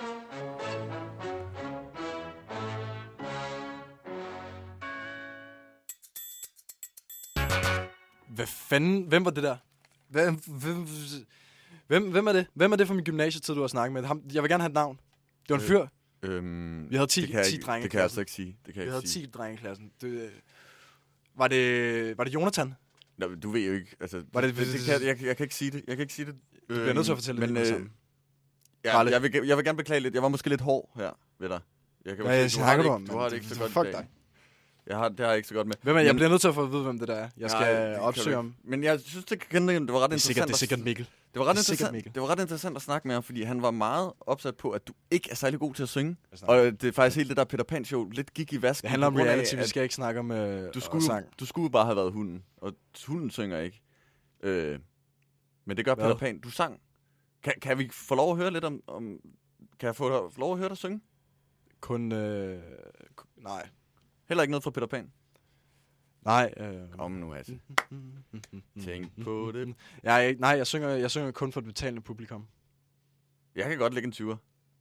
Hvad fanden? Hvem var det der? Hvem, hvem, hvem, hvem er det? Hvem er det fra min gymnasietid, du har snakket med? Ham, jeg vil gerne have et navn. Det var en fyr. Øh, øhm, Vi havde ti, det kan jeg ti ikke- drenge i det kan jeg klassen. altså ikke sige. Det kan jeg Vi ikke havde sige. ti drenge i klassen. Det, øh, var, det, var det Jonathan? Nå, du ved jo ikke, altså... Var det- det, det, det kan, jeg, jeg kan ikke sige det. Jeg kan ikke sige det. Du bliver nødt til at fortælle det men, lige med øh, sammen. Ja, Bare lidt. jeg, vil, jeg vil gerne beklage lidt. Jeg var måske lidt hård her ved dig. Jeg kan Hvad jo se, du har snakker det du ikke, om, du har mand? det ikke så Det- godt fuck i dag. dig. Jeg har, det har jeg ikke så godt med. Hvem er, jeg Men- bliver nødt til at få at vide, hvem det der er. Jeg skal Nej, det kan opsøge du ham. ikke. Men jeg synes, det, kan, det var ret Det er interessant. sikkert- det er at- sikkert Mikkel. Det var ret Det er sikkert interessant. Mikkel. Det var ret interessant at snakke med ham, fordi han var meget opsat på, at du ikke er særlig god til at synge. Og det er faktisk hele det der Peter Pan show lidt gik i vasken. Det handler om på grund af, reality. Vi at skal ikke snakke om øh, du skulle, sang. Du skulle bare have været hunden, og hunden synger ikke. Øh, men det gør Hvad? Peter Pan. Du sang. Kan, kan vi få lov at høre lidt om... om kan jeg få, få lov at høre dig synge? Kun... Øh, nej. Heller ikke noget fra Peter Pan? Nej. Øh, Kom nu, Hasse. Tænk på det. Jeg, er ikke- nej, jeg synger, jeg synger kun for et betalende publikum. Jeg kan godt lægge en tyver.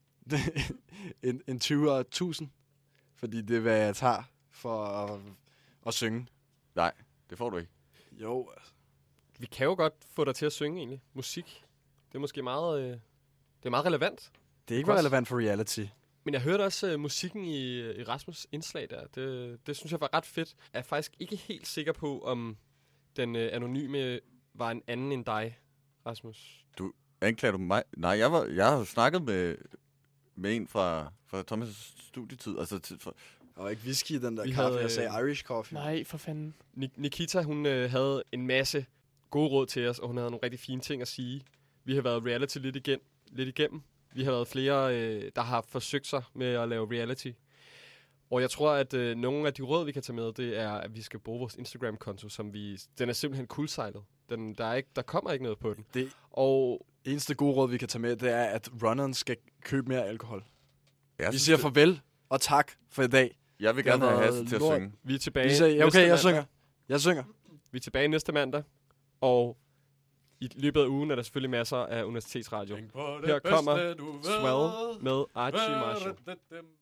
en, en tyver tusind. Fordi det er, hvad jeg tager for at, at synge. Nej, det får du ikke. Jo, altså. Vi kan jo godt få dig til at synge, egentlig. Musik. Det er måske meget, øh, det er meget relevant. Det er ikke relevant for reality. Men jeg hørte også øh, musikken i, i Rasmus' indslag der. Det, det synes jeg var ret fedt. Jeg er faktisk ikke helt sikker på, om den øh, anonyme var en anden end dig, Rasmus. Du anklager du mig? Nej, jeg, var, jeg har jo snakket med, med en fra, fra Thomas' studietid. Altså, til, for, og ikke whisky i den der Vi kaffe. havde, Jeg sagde øh, Irish coffee. Nej, for fanden. Nik- Nikita, hun øh, havde en masse gode råd til os, og hun havde nogle rigtig fine ting at sige. Vi har været reality lidt, igen, lidt igennem. Vi har været flere, øh, der har forsøgt sig med at lave reality. Og jeg tror, at øh, nogle af de råd, vi kan tage med, det er, at vi skal bruge vores Instagram-konto, som vi... Den er simpelthen kuldsejlet. Den, der, er ikke, der kommer ikke noget på den. Det og eneste gode råd, vi kan tage med, det er, at runneren skal købe mere alkohol. Jeg Vi synes, siger det- farvel og tak for i dag. Jeg vil Det har gerne have været Hasse til at lort. synge. Vi er tilbage Vi siger, ja, næste okay, jeg mandag. synger. Jeg synger. Vi er tilbage næste mandag, og i løbet af ugen er der selvfølgelig masser af universitetsradio. det Her kommer bedste, du ved. Swell med Archie Marshall.